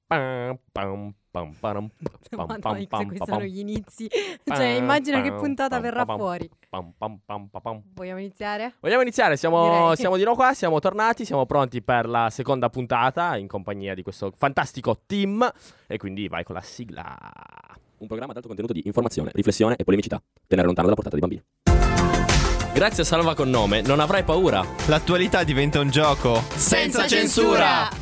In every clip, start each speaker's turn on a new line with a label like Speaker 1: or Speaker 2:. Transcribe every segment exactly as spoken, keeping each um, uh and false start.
Speaker 1: Pam, pam, pam, pam, pam,
Speaker 2: Ma
Speaker 1: pam,
Speaker 2: no,
Speaker 1: pam,
Speaker 2: questi
Speaker 1: pam,
Speaker 2: sono
Speaker 1: pam.
Speaker 2: gli inizi. Cioè, immagina che puntata
Speaker 1: Pam,
Speaker 2: verrà
Speaker 1: pam,
Speaker 2: fuori.
Speaker 1: pam, pam, pam, pam, pam.
Speaker 2: Vogliamo iniziare?
Speaker 1: Vogliamo iniziare? Siamo,
Speaker 2: Direi.
Speaker 1: siamo di nuovo qua, siamo tornati, siamo pronti per la seconda puntata in compagnia di questo fantastico team. E quindi vai con la sigla.
Speaker 3: Un programma ad alto contenuto di informazione, riflessione e polemicità. Tenere lontano dalla portata dei bambini.
Speaker 1: Grazie a Salva con nome, non avrai paura.
Speaker 4: L'attualità diventa un gioco senza censura.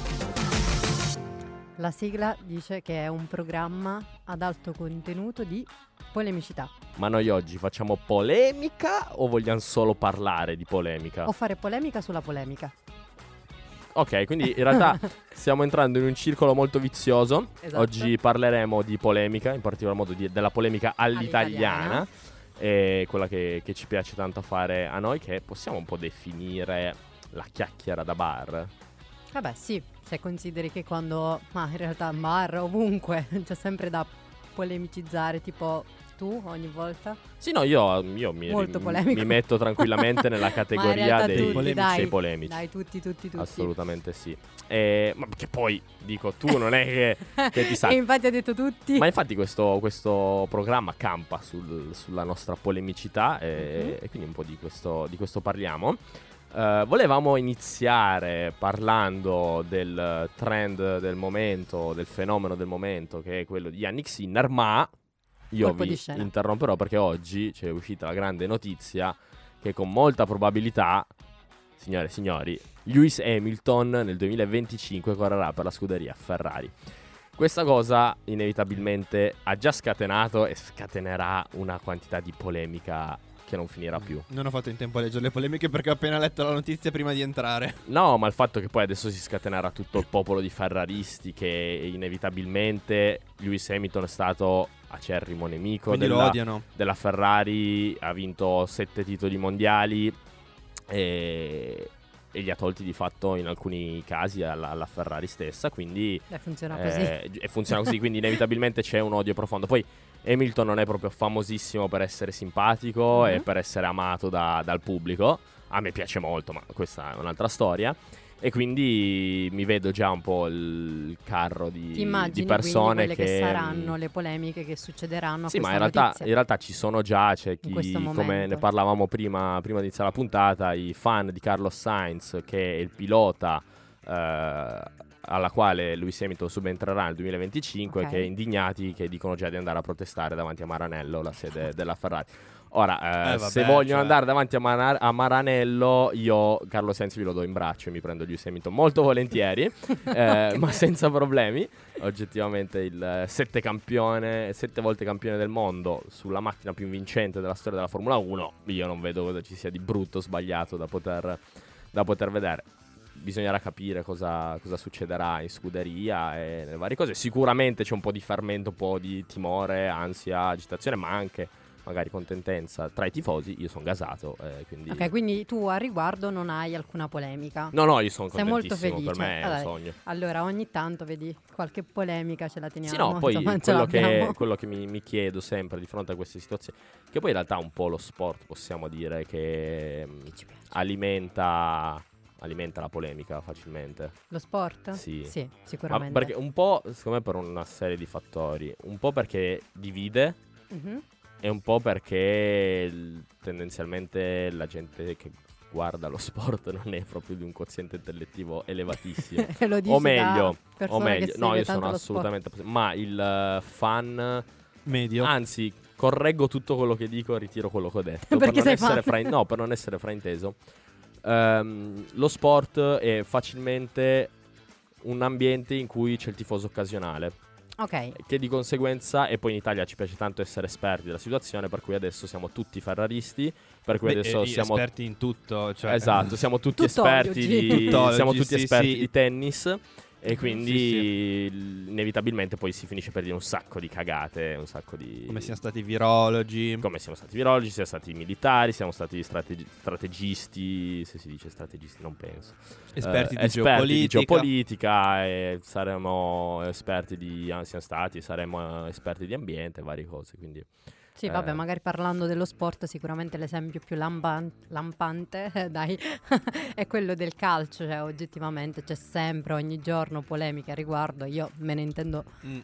Speaker 2: La sigla dice che è un programma ad alto contenuto di polemicità.
Speaker 1: Ma noi oggi facciamo polemica o vogliamo solo parlare di polemica?
Speaker 2: O fare polemica sulla polemica.
Speaker 1: Ok, quindi in realtà stiamo entrando in un circolo molto vizioso.
Speaker 2: Esatto.
Speaker 1: Oggi parleremo di polemica, in particolar modo di- della polemica all'italiana.
Speaker 2: All'italiana.
Speaker 1: E quella che, che ci piace tanto fare a noi, che possiamo un po' definire la chiacchiera da bar.
Speaker 2: Vabbè, sì, se consideri che quando, ma in realtà in bar, ovunque, c'è sempre da polemicizzare, tipo tu ogni volta.
Speaker 1: Sì, no, io, io mi,
Speaker 2: Molto
Speaker 1: mi-
Speaker 2: polemico.
Speaker 1: mi metto tranquillamente nella
Speaker 2: Ma in
Speaker 1: categoria
Speaker 2: realtà
Speaker 1: dei,
Speaker 2: tutti,
Speaker 4: polemici.
Speaker 2: dai,
Speaker 1: dei polemici.
Speaker 2: Dai, tutti, tutti, tutti.
Speaker 1: Assolutamente sì. E, ma che poi, dico, tu non è che, che ti sa.
Speaker 2: E infatti ha detto tutti.
Speaker 1: Ma infatti questo, questo programma campa sul- sulla nostra polemicità e,
Speaker 2: Mhm.
Speaker 1: e quindi un po' di questo, di questo parliamo. Eh, volevamo iniziare parlando del trend del momento, del fenomeno del momento, che è quello di Yannick Sinner, ma io
Speaker 2: Colpo
Speaker 1: vi
Speaker 2: di scena.
Speaker 1: interromperò perché oggi c'è uscita la grande notizia che con molta probabilità, signore e signori, Lewis Hamilton nel duemilaventicinque correrà per la scuderia Ferrari. Questa cosa inevitabilmente ha già scatenato e scatenerà una quantità di polemica che non finirà più.
Speaker 4: Non ho fatto in tempo a leggere le polemiche perché ho appena letto la notizia prima di entrare.
Speaker 1: No, ma il fatto che poi adesso si scatenerà tutto il popolo di ferraristi, che inevitabilmente Lewis Hamilton è stato acerrimo nemico
Speaker 4: Quindi lo
Speaker 1: della,
Speaker 4: odiano.
Speaker 1: della Ferrari, ha vinto sette titoli mondiali e, e li ha tolti di fatto in alcuni casi alla, alla Ferrari stessa, quindi
Speaker 2: Beh, funziona così.
Speaker 1: eh, e funziona così, quindi inevitabilmente c'è un odio profondo. Poi Hamilton non è proprio famosissimo per essere simpatico
Speaker 2: Mhm.
Speaker 1: e per essere amato da- dal pubblico. A me piace molto, ma questa è un'altra storia. E quindi mi vedo già un po' il carro di,
Speaker 2: Ti immagini
Speaker 1: di persone
Speaker 2: quindi quelle che,
Speaker 1: che
Speaker 2: saranno le polemiche che succederanno a
Speaker 1: sì, ma
Speaker 2: questa
Speaker 1: in realtà,
Speaker 2: notizia.
Speaker 1: in realtà ci sono già, c'è
Speaker 2: In
Speaker 1: chi,
Speaker 2: questo
Speaker 1: come
Speaker 2: momento.
Speaker 1: ne parlavamo prima, prima di iniziare la puntata, i fan di Carlos Sainz, che è il pilota eh, alla quale Lewis Hamilton subentrerà nel duemilaventicinque,
Speaker 2: Ok.
Speaker 1: che indignati che dicono già di andare a protestare davanti a Maranello, la sede della Ferrari. Ora, eh,
Speaker 4: Eh, vabbè,
Speaker 1: se vogliono
Speaker 4: cioè.
Speaker 1: andare davanti a, Mara- a Maranello, io Carlo Sainz vi lo do in braccio e mi prendo Lewis Hamilton molto volentieri, eh, ma senza problemi. Oggettivamente il eh, sette campione, sette volte campione del mondo sulla macchina più vincente della storia della Formula uno, io non vedo cosa ci sia di brutto o sbagliato da poter, da poter vedere. Bisognerà capire cosa, cosa succederà in scuderia e nelle varie cose. Sicuramente c'è un po' di fermento, un po' di timore, ansia, agitazione, ma anche magari contentenza tra i tifosi. Io sono gasato, eh, quindi...
Speaker 2: Ok, quindi tu a riguardo non hai alcuna polemica.
Speaker 1: No, no, io sono
Speaker 2: Sei molto
Speaker 1: contentissimo,
Speaker 2: felice.
Speaker 1: per me è
Speaker 2: Allora,
Speaker 1: un sogno.
Speaker 2: Allora, ogni tanto vedi qualche polemica ce la teniamo.
Speaker 1: Sì, no, poi
Speaker 2: insomma, ce
Speaker 1: quello che,
Speaker 2: l'abbiamo.
Speaker 1: quello che mi, mi chiedo sempre di fronte a queste situazioni, che poi in realtà un po' lo sport, possiamo dire, che mm,
Speaker 2: Che ci piace.
Speaker 1: alimenta, alimenta la polemica facilmente.
Speaker 2: Lo sport?
Speaker 1: Sì.
Speaker 2: Sì,
Speaker 1: Ma
Speaker 2: sicuramente.
Speaker 1: perché un po', secondo me, per una serie di fattori. Un po' perché divide
Speaker 2: Mhm.
Speaker 1: e un po' perché l- tendenzialmente la gente che guarda lo sport non è proprio di un quoziente intellettivo elevatissimo.
Speaker 2: Lo dici
Speaker 1: o
Speaker 2: da
Speaker 1: meglio, o
Speaker 2: persona che
Speaker 1: meglio, no,
Speaker 2: segue
Speaker 1: io
Speaker 2: tanto
Speaker 1: sono
Speaker 2: lo
Speaker 1: assolutamente posi- ma il eh, fan,
Speaker 4: Medio.
Speaker 1: anzi, correggo tutto quello che dico, ritiro quello che ho detto
Speaker 2: Perché
Speaker 1: per non
Speaker 2: sei
Speaker 1: essere
Speaker 2: fan?
Speaker 1: frain- no, per non essere frainteso. Ehm, lo sport è facilmente un ambiente in cui c'è il tifoso occasionale,
Speaker 2: Ok.
Speaker 1: che di conseguenza, e poi in Italia ci piace tanto essere esperti della situazione, per cui adesso siamo tutti ferraristi, per cui
Speaker 4: Beh,
Speaker 1: adesso
Speaker 4: eh,
Speaker 1: siamo
Speaker 4: esperti in tutto, cioè,
Speaker 1: esatto, siamo tutti
Speaker 2: Tuttologi.
Speaker 1: esperti di
Speaker 4: Tuttologi,
Speaker 1: siamo tutti
Speaker 4: sì,
Speaker 1: esperti
Speaker 4: sì.
Speaker 1: di tennis e
Speaker 2: Mhm.
Speaker 1: quindi l- inevitabilmente poi si finisce per dire un sacco di cagate, un sacco di
Speaker 4: come siano stati virologi.
Speaker 1: come siamo stati virologi, siamo stati militari, siamo stati strategi- strategisti, se si dice strategisti non penso.
Speaker 4: Esperti
Speaker 1: Eh,
Speaker 4: di
Speaker 1: esperti di
Speaker 4: geopolitica.
Speaker 1: geopolitica e saremo esperti di siamo stati, saremo esperti di ambiente, varie cose, quindi
Speaker 2: Sì, vabbè,
Speaker 1: Eh,
Speaker 2: magari parlando dello sport, sicuramente l'esempio più lampan- lampante, eh, dai, è quello del calcio, cioè oggettivamente c'è sempre, ogni giorno polemiche a riguardo, io me ne intendo,
Speaker 4: Mm.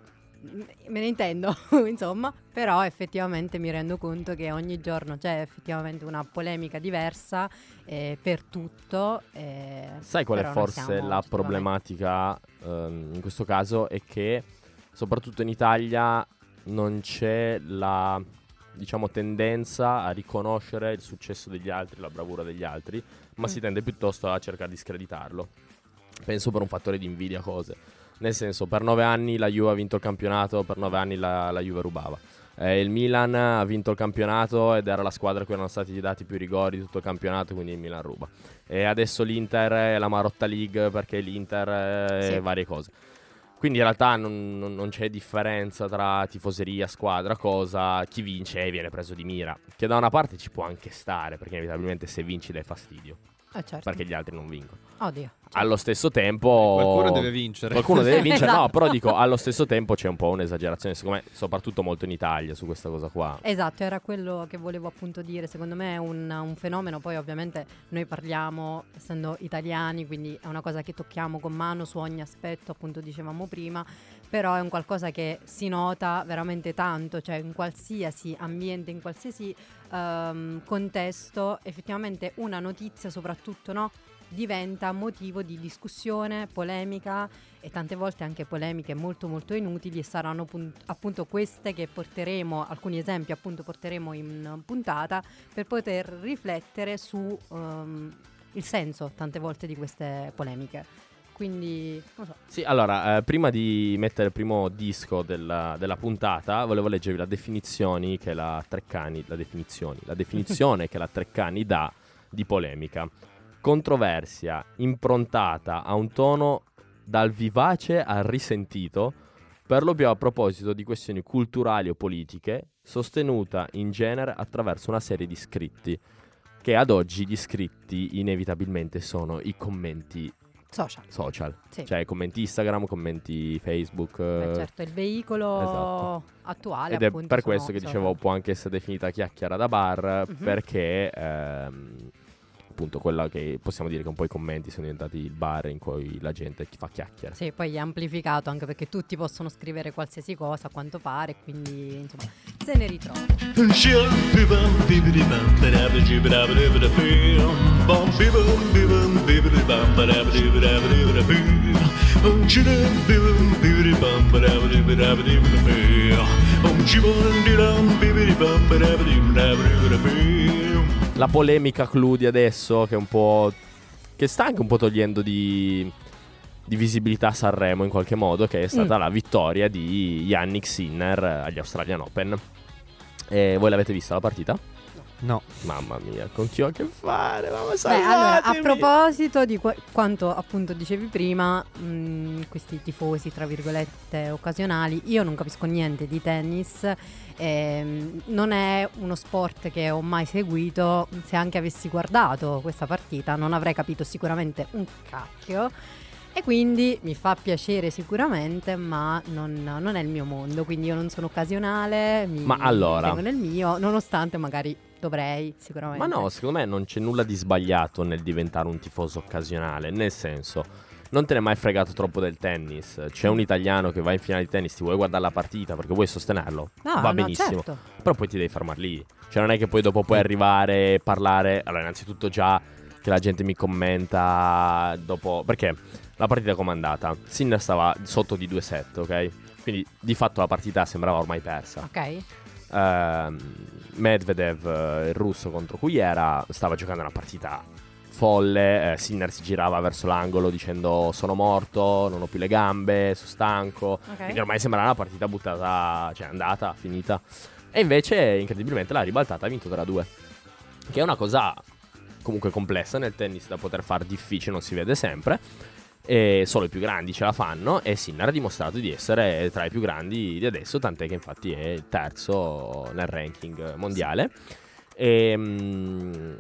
Speaker 2: me ne intendo, insomma, però effettivamente mi rendo conto che ogni giorno c'è effettivamente una polemica diversa eh, per tutto. eh,
Speaker 1: Sai qual è
Speaker 2: però noi
Speaker 1: forse
Speaker 2: siamo
Speaker 1: la
Speaker 2: oggettivamente-
Speaker 1: problematica ehm, in questo caso? È che soprattutto in Italia non c'è la, diciamo, tendenza a riconoscere il successo degli altri, la bravura degli altri, ma
Speaker 2: Mm.
Speaker 1: si tende piuttosto a cercare di screditarlo. Penso per un fattore di invidia cose. Nel senso, per nove anni la Juve ha vinto il campionato, per nove anni la, la Juve rubava. Eh, il Milan ha vinto il campionato ed era la squadra a cui erano stati dati più rigori di tutto il campionato, quindi il Milan ruba. E adesso l'Inter è la Marotta League perché l'Inter è
Speaker 2: Sì.
Speaker 1: varie cose. Quindi in realtà non, non- non c'è differenza tra tifoseria, squadra, cosa. Chi vince viene preso di mira. Che da una parte ci può anche stare, perché inevitabilmente se vinci dai fastidio,
Speaker 2: Eh, certo.
Speaker 1: perché gli altri non vincono.
Speaker 2: Oddio.
Speaker 1: Allo stesso tempo
Speaker 4: Qualcuno deve vincere.
Speaker 1: Qualcuno deve vincere, no,
Speaker 2: Esatto.
Speaker 1: però dico, allo stesso tempo c'è un po' un'esagerazione, secondo me, soprattutto molto in Italia su questa cosa qua.
Speaker 2: Esatto, era quello che volevo appunto dire. Secondo me è un, un fenomeno. Poi ovviamente noi parliamo essendo italiani, quindi è una cosa che tocchiamo con mano su ogni aspetto, appunto dicevamo prima. Però è un qualcosa che si nota veramente tanto, cioè in qualsiasi ambiente, in qualsiasi ehm, contesto, effettivamente una notizia soprattutto, no? Diventa motivo di discussione, polemica e tante volte anche polemiche molto molto inutili, e saranno pun- appunto queste che porteremo, alcuni esempi appunto porteremo in puntata per poter riflettere su ehm, il senso tante volte di queste polemiche. Quindi non so.
Speaker 1: Sì, allora, eh, prima di mettere il primo disco della, della puntata, volevo leggervi la definizioni che la Treccani, la definizioni, la definizione che la Treccani dà di polemica. Controversia improntata a un tono dal vivace al risentito, per lo più a proposito di questioni culturali o politiche, sostenuta in genere attraverso una serie di scritti, che ad oggi gli scritti inevitabilmente sono i commenti
Speaker 2: Social.
Speaker 1: social,
Speaker 2: Sì.
Speaker 1: cioè commenti Instagram, commenti Facebook.
Speaker 2: Beh,
Speaker 1: eh,
Speaker 2: certo, il veicolo
Speaker 1: esatto.
Speaker 2: attuale.
Speaker 1: Ed è
Speaker 2: appunto,
Speaker 1: per
Speaker 2: sono
Speaker 1: questo che
Speaker 2: social.
Speaker 1: dicevo può anche essere definita chiacchiera da bar,
Speaker 2: Mhm.
Speaker 1: perché ehm, appunto quella che possiamo dire che un po' i commenti sono diventati il bar in cui la gente fa chiacchiere.
Speaker 2: Sì, poi è amplificato anche perché tutti possono scrivere qualsiasi cosa a quanto pare, quindi insomma se ne ritrova.
Speaker 1: La polemica clou di adesso che è un po', che sta anche un po' togliendo di, di visibilità a Sanremo in qualche modo, che è stata
Speaker 2: Mm.
Speaker 1: la vittoria di Yannick Sinner agli Australian Open. E voi l'avete vista la partita?
Speaker 4: No.
Speaker 1: Mamma mia, con chi ho a che fare? Mamma,
Speaker 2: Beh, allora, a
Speaker 1: salvatemi!
Speaker 2: proposito di que- quanto appunto dicevi prima, mh, questi tifosi tra virgolette occasionali, io non capisco niente di tennis, ehm, non è uno sport che ho mai seguito. Se anche avessi guardato questa partita non avrei capito sicuramente un cacchio. E quindi mi fa piacere sicuramente, ma non, non è il mio mondo, quindi io non sono occasionale, mi
Speaker 1: Ma allora-
Speaker 2: tengo nel mio, nonostante magari dovrei sicuramente.
Speaker 1: Ma no, secondo me non c'è nulla di sbagliato nel diventare un tifoso occasionale. Nel senso, non te ne è mai fregato troppo del tennis. C'è un italiano che va in finale di tennis, ti vuoi guardare la partita perché vuoi sostenerlo,
Speaker 2: No,
Speaker 1: va
Speaker 2: no,
Speaker 1: benissimo.
Speaker 2: certo.
Speaker 1: Però poi ti devi fermare lì. Cioè non è che poi dopo puoi arrivare e parlare. Allora, innanzitutto già che la gente mi commenta dopo, perché la partita com'è andata? Sinner stava sotto di due set, ok? Quindi di fatto la partita sembrava ormai persa.
Speaker 2: Ok.
Speaker 1: Ehm, Medvedev, eh, il russo contro cui era, stava giocando una partita folle. eh, Sinner si girava verso l'angolo dicendo sono morto, non ho più le gambe, sono stanco.
Speaker 2: Ok.
Speaker 1: Quindi ormai sembrava una partita buttata, cioè andata, finita. E invece incredibilmente l'ha ribaltata, ha vinto tre a due, che è una cosa comunque complessa nel tennis da poter fare, difficile, non si vede sempre. E solo i più grandi ce la fanno, e Sinner ha dimostrato di essere tra i più grandi di adesso, tant'è che infatti è il terzo nel ranking mondiale. E mh,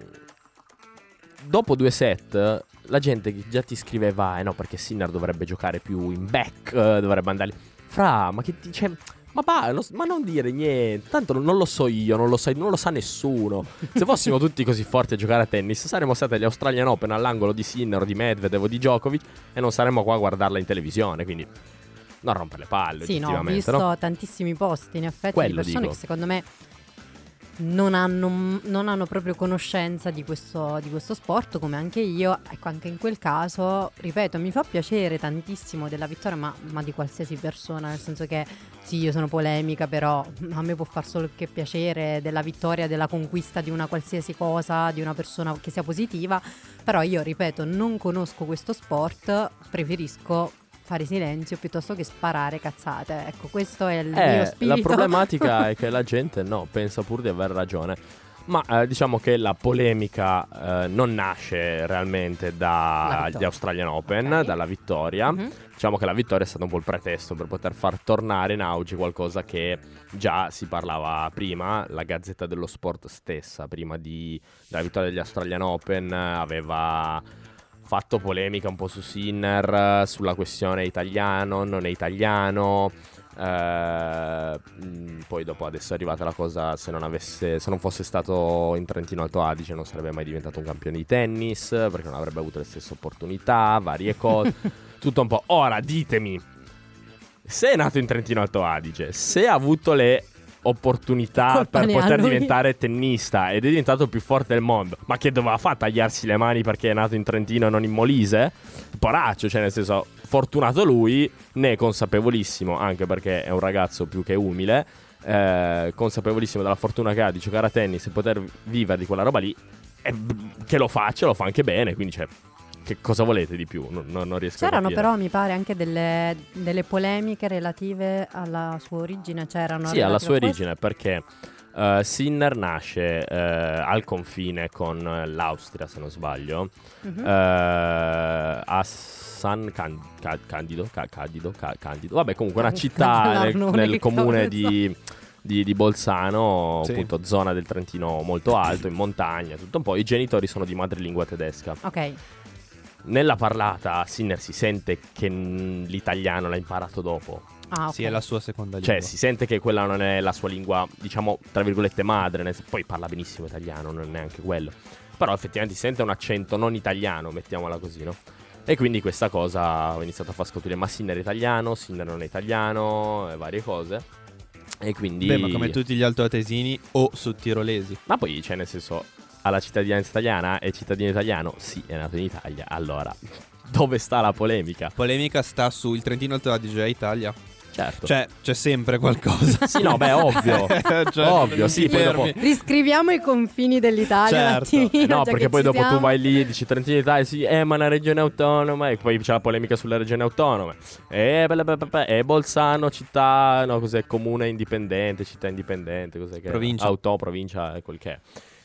Speaker 1: dopo due set la gente che già ti scriveva eh no, perché Sinner dovrebbe giocare più in back, eh, dovrebbe andare fra, ma che ti, cioè, Ma, bah, non, ma non dire niente, tanto non lo so io, non lo sai, non lo sa nessuno. Se fossimo tutti così forti a giocare a tennis, saremmo stati agli Australian Open all'angolo di Sinner o di Medvedev o di Djokovic e non saremmo qua a guardarla in televisione, quindi non rompere le palle.
Speaker 2: Sì, no, ho
Speaker 1: oggettivamente,
Speaker 2: visto
Speaker 1: no?
Speaker 2: tantissimi posti in effetti
Speaker 1: Quello
Speaker 2: di persone
Speaker 1: dico.
Speaker 2: che secondo me non hanno, non hanno proprio conoscenza di questo, di questo sport, come anche io. Ecco, anche in quel caso, ripeto, mi fa piacere tantissimo della vittoria, ma, ma di qualsiasi persona, nel senso che sì, io sono polemica, però a me può far solo che piacere della vittoria, della conquista di una qualsiasi cosa, di una persona che sia positiva. Però io, ripeto, non conosco questo sport, preferisco fare silenzio piuttosto che sparare cazzate. Ecco, questo è il mio
Speaker 1: Eh,
Speaker 2: spirito.
Speaker 1: la problematica è che la gente no, pensa pur di aver ragione. Ma eh, diciamo che la polemica eh, non nasce realmente
Speaker 2: La
Speaker 1: dagli
Speaker 2: vittoria.
Speaker 1: Australian Open,
Speaker 2: Ok.
Speaker 1: dalla vittoria.
Speaker 2: Mhm.
Speaker 1: Diciamo che la vittoria è stata un po' il pretesto per poter far tornare in auge qualcosa che già si parlava prima. La Gazzetta dello Sport stessa, prima di, della vittoria degli Australian Open, aveva fatto polemica un po' su Sinner, sulla questione italiano, non è italiano. Eh, mh, poi dopo adesso è arrivata la cosa, se non avesse se non fosse stato in Trentino Alto Adige non sarebbe mai diventato un campione di tennis, perché non avrebbe avuto le stesse opportunità, varie cose. Tutto un po'. Ora ditemi, se è nato in Trentino Alto Adige, se ha avuto le opportunità
Speaker 2: Colpa
Speaker 1: per
Speaker 2: ne ha
Speaker 1: poter
Speaker 2: lui.
Speaker 1: diventare tennista ed è diventato il più forte del mondo, ma che doveva fare? Tagliarsi le mani perché è nato in Trentino e non in Molise? Poraccio, cioè nel senso, fortunato lui, ne è consapevolissimo, anche perché è un ragazzo più che umile, eh, consapevolissimo della fortuna che ha di giocare a tennis e poter vivere di quella roba lì, e che lo faccia, lo fa anche bene, quindi cioè, che cosa volete di più? Non, non- non riesco
Speaker 2: C'erano
Speaker 1: a capire.
Speaker 2: però, mi pare, anche delle, delle polemiche relative alla sua origine. C'erano
Speaker 1: Sì, alla
Speaker 2: relative
Speaker 1: sua
Speaker 2: a questo?
Speaker 1: origine, perché eh, Sinner nasce eh, al confine con l'Austria, se non sbaglio,
Speaker 2: Mhm.
Speaker 1: eh, a San Can- Ca- Candido, Ca- Candido, Ca- Candido, vabbè, comunque una
Speaker 2: Can-
Speaker 1: città nel,
Speaker 2: Candilarnone,
Speaker 1: nel
Speaker 2: che
Speaker 1: comune
Speaker 2: cavolo
Speaker 1: di, di, di Bolzano,
Speaker 4: Sì.
Speaker 1: appunto zona del Trentino molto alto, in montagna, tutto un po'. I genitori sono di madrelingua tedesca.
Speaker 2: Ok.
Speaker 1: Nella parlata Sinner si sente che mm, l'italiano l'ha imparato dopo.
Speaker 2: Ah, ok.
Speaker 4: Sì, è la sua seconda lingua.
Speaker 1: Cioè, si sente che quella non è la sua lingua, diciamo, tra virgolette madre. nel- Poi parla benissimo italiano, non è neanche quello. Però effettivamente si sente un accento non italiano, mettiamola così, no? E quindi questa cosa ho iniziato a far scoprire, ma Sinner è italiano, Sinner non è italiano, e varie cose. E quindi...
Speaker 4: Beh, ma come tutti gli altoatesini o sudtirolesi.
Speaker 1: Ma poi, cioè, nel senso, ha la cittadinanza italiana, è cittadino italiano, sì, è nato in Italia. Allora, dove sta la polemica?
Speaker 4: Polemica sta su il Trentino Alto Adige, Italia.
Speaker 1: Certo.
Speaker 4: Cioè, c'è sempre qualcosa.
Speaker 1: Sì, no, beh, ovvio.
Speaker 4: Cioè,
Speaker 1: Ovvio,
Speaker 4: non
Speaker 1: sì,
Speaker 4: ti
Speaker 1: poi dopo-
Speaker 4: fermi.
Speaker 2: Riscriviamo i confini dell'Italia
Speaker 4: Certo.
Speaker 2: un attimino.
Speaker 1: Eh no,
Speaker 2: già
Speaker 1: perché
Speaker 2: che
Speaker 1: poi
Speaker 2: ci
Speaker 1: dopo tu
Speaker 2: siamo.
Speaker 1: vai lì e dici Trentino d'Italia, sì, eh, ma è una regione autonoma, e poi c'è la polemica sulle regioni autonome. E eh, Bolzano, città, no, cos'è, comune indipendente, città indipendente, cos'è che è?
Speaker 4: Provincia.
Speaker 1: Auto, provincia, è quel che è.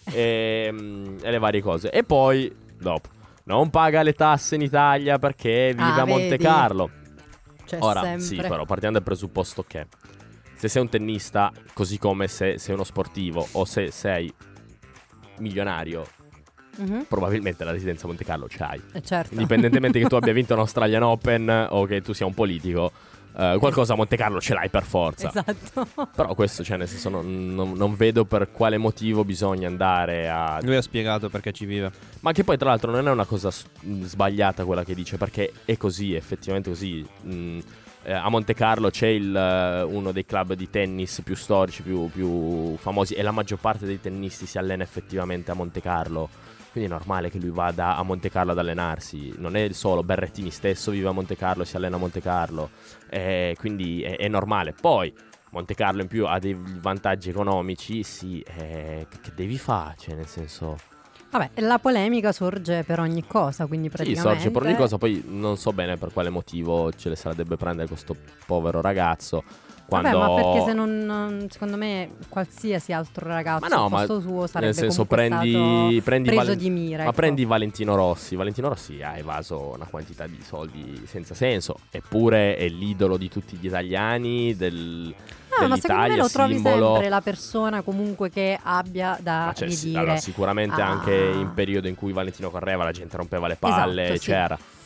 Speaker 1: E, mm, e le varie cose. E poi, dopo, non paga le tasse in Italia perché vive
Speaker 2: Ah,
Speaker 1: a Monte
Speaker 2: vedi?
Speaker 1: Carlo.
Speaker 2: C'è
Speaker 1: Ora,
Speaker 2: sempre.
Speaker 1: sì, però partiamo dal presupposto che se sei un tennista, così come se sei uno sportivo o se sei milionario,
Speaker 2: Mhm.
Speaker 1: probabilmente la residenza a Monte Carlo c'hai.
Speaker 2: Eh, certo.
Speaker 1: Indipendentemente che tu abbia vinto un Australian Open o che tu sia un politico, eh, qualcosa a Monte Carlo ce l'hai per forza.
Speaker 2: Esatto.
Speaker 1: Però questo, cioè, nel senso, non, non- non vedo per quale motivo bisogna andare a...
Speaker 4: Lui ha spiegato perché ci vive.
Speaker 1: Ma che poi, tra l'altro, non è una cosa s- mh, sbagliata quella che dice, perché è così, effettivamente così. Mh, eh, a Monte Carlo c'è il, eh, uno dei club di tennis più storici, più, più famosi, e la maggior parte dei tennisti si allena effettivamente a Monte Carlo. Quindi è normale che lui vada a Monte Carlo ad allenarsi. Non è solo, Berrettini stesso vive a Monte Carlo e si allena a Monte Carlo. Eh, quindi è, è normale. Poi Monte Carlo in più ha dei vantaggi economici, sì, eh, che, che devi fare? Cioè, nel senso...
Speaker 2: Vabbè, la polemica sorge per ogni cosa, quindi
Speaker 1: Sì,
Speaker 2: praticamente...
Speaker 1: sorge per ogni cosa, poi non so bene per quale motivo ce le sarebbe prendere questo povero ragazzo. Quando...
Speaker 2: Vabbè, ma perché se non... Secondo me qualsiasi altro ragazzo
Speaker 1: Ma no,
Speaker 2: al
Speaker 1: ma
Speaker 2: posto suo sarebbe
Speaker 1: nel senso,
Speaker 2: comunque
Speaker 1: prendi,
Speaker 2: stato
Speaker 1: prendi
Speaker 2: preso
Speaker 1: Valen-
Speaker 2: di mira.
Speaker 1: Ma
Speaker 2: ecco.
Speaker 1: prendi Valentino Rossi. Valentino Rossi ha evaso una quantità di soldi senza senso, eppure è l'idolo di tutti gli italiani, del,
Speaker 2: No, ma secondo me
Speaker 1: dell'Italia,
Speaker 2: lo trovi
Speaker 1: simbolo.
Speaker 2: sempre la persona comunque che abbia da
Speaker 1: Ma c'è, sì,
Speaker 2: ridire.
Speaker 1: allora, sicuramente
Speaker 2: Ah.
Speaker 1: anche in periodo in cui Valentino correva la gente rompeva le palle,
Speaker 2: Esatto, sì.
Speaker 1: c'era.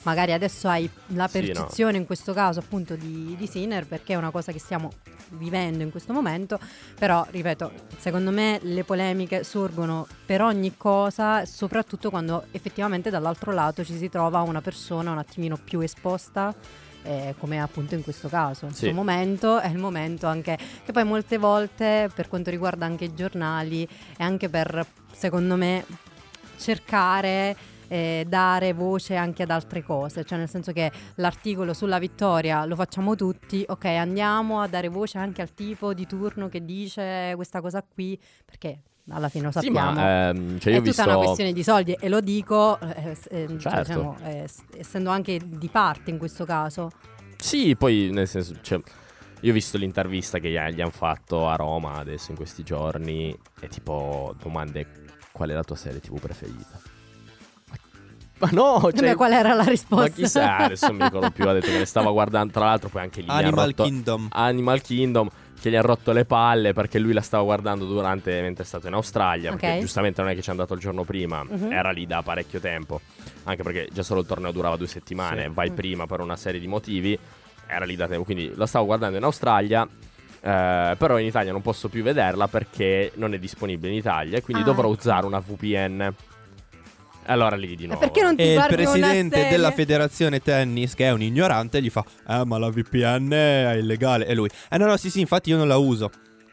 Speaker 2: magari adesso hai la
Speaker 1: Sì, no.
Speaker 2: percezione in questo caso appunto di, di Sinner, perché è una cosa che stiamo vivendo in questo momento. Però ripeto, secondo me le polemiche sorgono per ogni cosa, soprattutto quando effettivamente dall'altro lato ci si trova una persona un attimino più esposta, eh, come appunto in questo caso. Il
Speaker 1: Sì.
Speaker 2: suo momento è il momento anche che poi molte volte, per quanto riguarda anche i giornali, è anche per, secondo me, cercare eh, dare voce anche ad altre cose, cioè nel senso che l'articolo sulla vittoria lo facciamo tutti, ok, andiamo a dare voce anche al tipo di turno che dice questa cosa qui, perché alla fine lo
Speaker 1: Sì,
Speaker 2: sappiamo.
Speaker 1: ma ehm, cioè io
Speaker 2: è
Speaker 1: ho
Speaker 2: tutta
Speaker 1: visto...
Speaker 2: una questione di soldi, e lo dico eh, eh, cioè,
Speaker 1: Certo.
Speaker 2: diciamo, eh, s- essendo anche di parte in questo caso.
Speaker 1: Sì, poi nel senso, cioè, io ho visto l'intervista che gli, gli hanno fatto a Roma adesso in questi giorni, e tipo domande: qual è la tua serie tivù preferita? Ma, ma no,
Speaker 2: E
Speaker 1: cioè,
Speaker 2: beh, qual era la risposta?
Speaker 1: ma chissà, adesso non mi ricordo più, ha detto che le stava guardando, tra l'altro poi anche lì gli hanno
Speaker 4: Animal
Speaker 1: rotto-
Speaker 4: Kingdom.
Speaker 1: Animal Kingdom, che gli ha rotto le palle perché lui la stava guardando durante mentre è stato in Australia,
Speaker 2: Ok.
Speaker 1: perché giustamente non è che ci è andato il giorno prima,
Speaker 2: Mhm.
Speaker 1: era lì da parecchio tempo, anche perché già solo il torneo durava due settimane,
Speaker 4: Sì.
Speaker 1: vai
Speaker 2: Mm.
Speaker 1: prima per una serie di motivi, era lì da tempo, quindi la stavo guardando in Australia. eh, però in Italia non posso più vederla perché non è disponibile in Italia, e quindi
Speaker 2: Ah,
Speaker 1: dovrò
Speaker 2: ecco.
Speaker 1: usare una V P N. Allora lì di nuovo.
Speaker 2: perché non ti
Speaker 4: E il
Speaker 2: guardi una
Speaker 4: presidente
Speaker 2: serie?
Speaker 4: della federazione tennis, che è un ignorante, gli fa: Eh, ma la V P N è illegale. E lui: Eh, no, no, sì, sì, infatti io non la uso.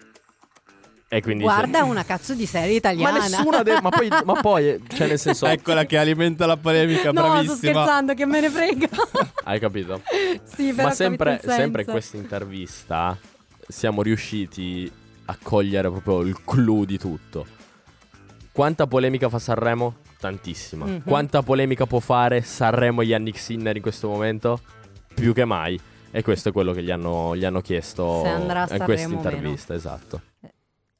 Speaker 1: E quindi
Speaker 2: Guarda una cazzo di serie
Speaker 1: ma
Speaker 2: italiana.
Speaker 1: nessuna de- ma poi ma poi cioè nel senso
Speaker 4: Eccola che alimenta la polemica,
Speaker 2: No, sto
Speaker 4: bravissima.
Speaker 2: scherzando, che me ne frega.
Speaker 1: hai capito?
Speaker 2: Sì, però
Speaker 1: Ma
Speaker 2: ho
Speaker 1: sempre,
Speaker 2: capito il
Speaker 1: sempre in
Speaker 2: senso.
Speaker 1: questa intervista siamo riusciti a cogliere proprio il clou di tutto. Quanta polemica fa Sanremo? Tantissima.
Speaker 2: Mhm.
Speaker 1: Quanta polemica può fare Sanremo e Yannick Sinner in questo momento? Più che mai. E questo è quello che gli hanno, gli hanno chiesto
Speaker 2: Se andrà a
Speaker 1: in questa
Speaker 2: Sanremo o meno.
Speaker 1: intervista, esatto.
Speaker 2: Eh.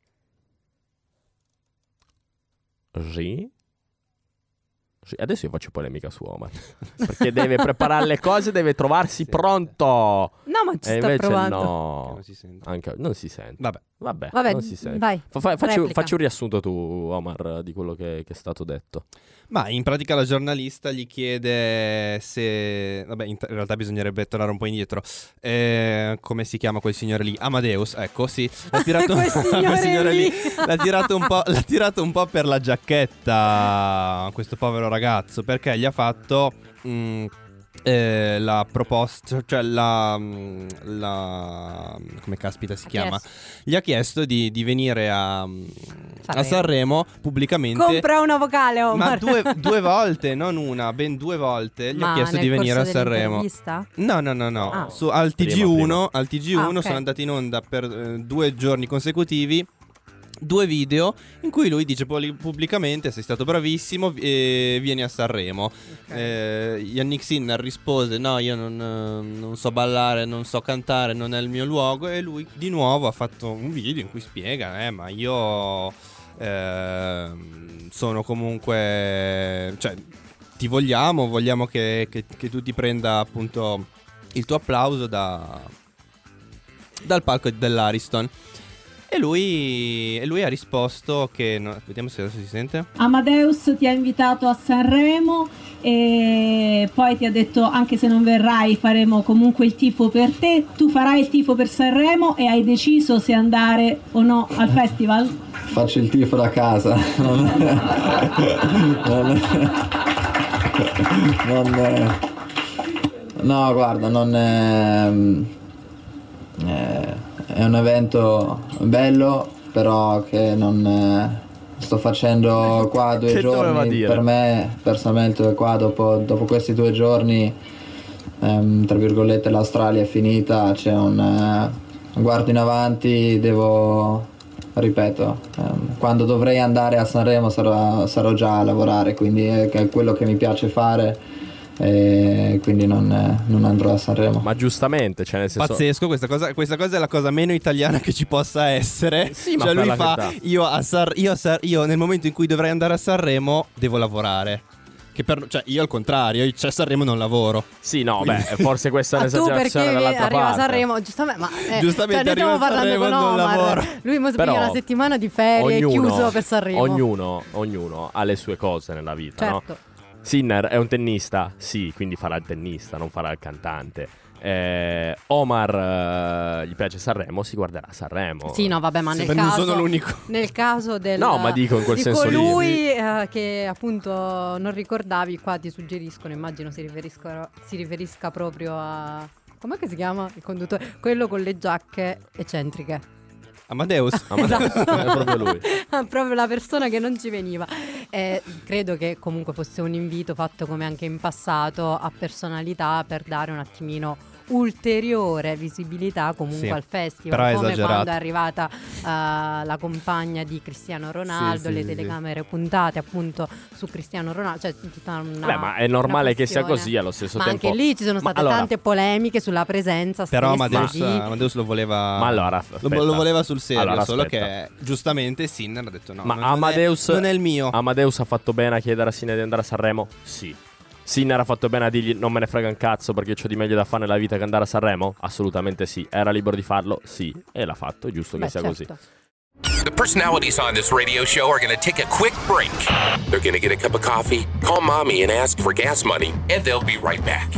Speaker 1: Sì? Sì, adesso io faccio polemica su Omar. Perché deve preparare le cose, deve trovarsi
Speaker 4: Sì,
Speaker 1: pronto.
Speaker 2: No, ma ci
Speaker 1: E
Speaker 2: sta
Speaker 1: invece
Speaker 2: provando.
Speaker 1: no.
Speaker 4: Non si sente.
Speaker 1: Anche, non si sente.
Speaker 4: Vabbè.
Speaker 1: Vabbè,
Speaker 2: Vabbè,
Speaker 1: non si sente.
Speaker 2: vai.
Speaker 1: Fa- fa- facci,
Speaker 2: replica.
Speaker 1: facci un riassunto tu, Omar, di quello che, che è stato detto.
Speaker 4: Ma in pratica la giornalista gli chiede se... Vabbè, in, in realtà bisognerebbe tornare un po' indietro. Eh, come si chiama quel signore lì? Amadeus, ecco, sì. L'ha tirato,
Speaker 2: Quel signore
Speaker 4: signore
Speaker 2: lì.
Speaker 4: L'ha tirato, un po', l'ha tirato un po' per la giacchetta questo povero ragazzo, perché gli ha fatto... mm, eh, la proposta, cioè la, mm, la come caspita si
Speaker 2: Ha
Speaker 4: chiama?
Speaker 2: chiesto.
Speaker 4: Gli ha chiesto di, di venire a, mm, a
Speaker 2: Sanremo.
Speaker 4: Sanremo pubblicamente.
Speaker 2: Compra una vocale,
Speaker 4: Ma
Speaker 2: Omar.
Speaker 4: due, due volte, non una, ben due volte gli
Speaker 2: Ma
Speaker 4: ho chiesto
Speaker 2: nel
Speaker 4: di venire a
Speaker 2: corso
Speaker 4: Sanremo.
Speaker 2: dell'intervista?
Speaker 4: No, no, no, no.
Speaker 2: Ah.
Speaker 4: Su, al T G
Speaker 1: Prima,
Speaker 4: uno, al T G uno
Speaker 2: Ah, ok.
Speaker 4: sono andati in onda per eh, due giorni consecutivi. Due video in cui lui dice poli- pubblicamente: sei stato bravissimo, e vieni a Sanremo. Eh, Yannick Sinner rispose: no, io non, eh, non so ballare, non so cantare, non è il mio luogo. E lui di nuovo ha fatto un video in cui spiega: eh, ma io eh, sono comunque, cioè, ti vogliamo, vogliamo che, che, che tu ti prenda appunto il tuo applauso da, dal palco dell'Ariston. E lui, e lui ha risposto che no, vediamo se adesso si sente.
Speaker 5: Amadeus ti ha invitato a Sanremo e poi ti ha detto: anche se non verrai faremo comunque il tifo per te. Tu farai il tifo per Sanremo e hai deciso se andare o no al festival?
Speaker 6: Faccio il tifo da casa. Non, non, non, no, guarda, non è, è, è un evento bello, però che non eh, sto facendo qua due
Speaker 1: Che doveva
Speaker 6: giorni.
Speaker 1: dire?
Speaker 6: Per me, personalmente, qua dopo, dopo questi due giorni, ehm, tra virgolette, l'Australia è finita. C'è un, eh, un guardo in avanti, devo, ripeto, ehm, quando dovrei andare a Sanremo sarò, sarò già a lavorare, quindi è, è quello che mi piace fare. E quindi non, eh, non andrò a Sanremo.
Speaker 1: Ma giustamente, cioè nel senso...
Speaker 4: Pazzesco, questa cosa, questa cosa è la cosa meno italiana che ci possa essere.
Speaker 1: Sì, ma
Speaker 4: cioè
Speaker 1: per
Speaker 4: lui
Speaker 1: la
Speaker 4: fa:
Speaker 1: carità.
Speaker 4: io, a Sar- io, a Sar- io nel momento in cui dovrei andare a Sanremo devo lavorare. Che per, cioè io al contrario, io a Sanremo non lavoro.
Speaker 1: Sì, no, beh, forse questa è
Speaker 2: Ah, tu
Speaker 1: un'esagerazione
Speaker 2: perché
Speaker 1: dall'altra
Speaker 2: arriva a
Speaker 1: parte.
Speaker 2: Sanremo, giustamente, ma eh,
Speaker 4: Giustamente
Speaker 2: cioè, noi
Speaker 4: arriva
Speaker 2: stiamo
Speaker 4: a
Speaker 2: parlando
Speaker 4: Sanremo
Speaker 2: con
Speaker 4: e non
Speaker 2: Omar.
Speaker 4: lavora.
Speaker 2: Lui mo
Speaker 1: Però
Speaker 2: prende una settimana di ferie
Speaker 1: ognuno-
Speaker 2: chiuso per Sanremo.
Speaker 1: Ognuno, ognuno ha le sue cose nella vita, no?
Speaker 2: Certo.
Speaker 1: Sinner è un tennista? Sì, quindi farà il tennista, non farà il cantante. Eh, Omar eh, gli piace Sanremo, si guarderà Sanremo.
Speaker 2: Sì, no, vabbè, ma nel
Speaker 4: Sembra non
Speaker 2: caso,
Speaker 4: sono l'unico.
Speaker 2: nel caso del,
Speaker 1: No, ma dico in quel
Speaker 2: di
Speaker 1: senso lì.
Speaker 2: colui eh, che appunto non ricordavi, qua ti suggeriscono, immagino si riferisca, si riferisca proprio a... com'è che si chiama il conduttore? Quello con le giacche eccentriche.
Speaker 4: Amadeus.
Speaker 1: Amadeus, è proprio lui.
Speaker 2: Proprio la persona che non ci veniva. Eh, credo che comunque fosse un invito fatto come anche in passato a personalità per dare un attimino ulteriore visibilità comunque
Speaker 4: Sì,
Speaker 2: al festival,
Speaker 4: però è
Speaker 2: come
Speaker 4: esagerato.
Speaker 2: quando è arrivata uh, la compagna di Cristiano Ronaldo,
Speaker 4: Sì,
Speaker 2: le
Speaker 4: sì,
Speaker 2: telecamere puntate appunto su Cristiano Ronaldo, cioè tutta una
Speaker 1: Beh, ma è normale
Speaker 2: una
Speaker 1: che sia
Speaker 2: questione.
Speaker 1: così allo stesso
Speaker 2: ma
Speaker 1: tempo.
Speaker 2: anche lì ci sono
Speaker 1: Ma
Speaker 2: state
Speaker 1: allora-
Speaker 2: tante polemiche sulla presenza
Speaker 4: Però
Speaker 2: stessa
Speaker 4: Amadeus,
Speaker 2: di...
Speaker 4: Amadeus lo voleva.
Speaker 1: Ma allora,
Speaker 4: lo,
Speaker 1: aspetta.
Speaker 4: lo voleva sul serio.
Speaker 1: Allora,
Speaker 4: solo
Speaker 1: aspetta.
Speaker 4: che giustamente Sinner ha detto no.
Speaker 1: Ma
Speaker 4: non, non è-
Speaker 1: Amadeus
Speaker 4: non è il mio.
Speaker 1: Amadeus ha fatto bene a chiedere a Sinner di andare a Sanremo? Sì. Sinner ha fatto bene a dirgli non me ne frega un cazzo perché c'ho di meglio da fare nella vita che andare a Sanremo? Assolutamente sì. Era libero di farlo? Sì. E l'ha fatto, è giusto che
Speaker 2: Beh,
Speaker 1: sia
Speaker 2: certo.
Speaker 1: così.
Speaker 7: The personalities on this radio show are going to take a quick break. They're going to get a cup of coffee, call mommy and ask for gas money, and they'll be right back.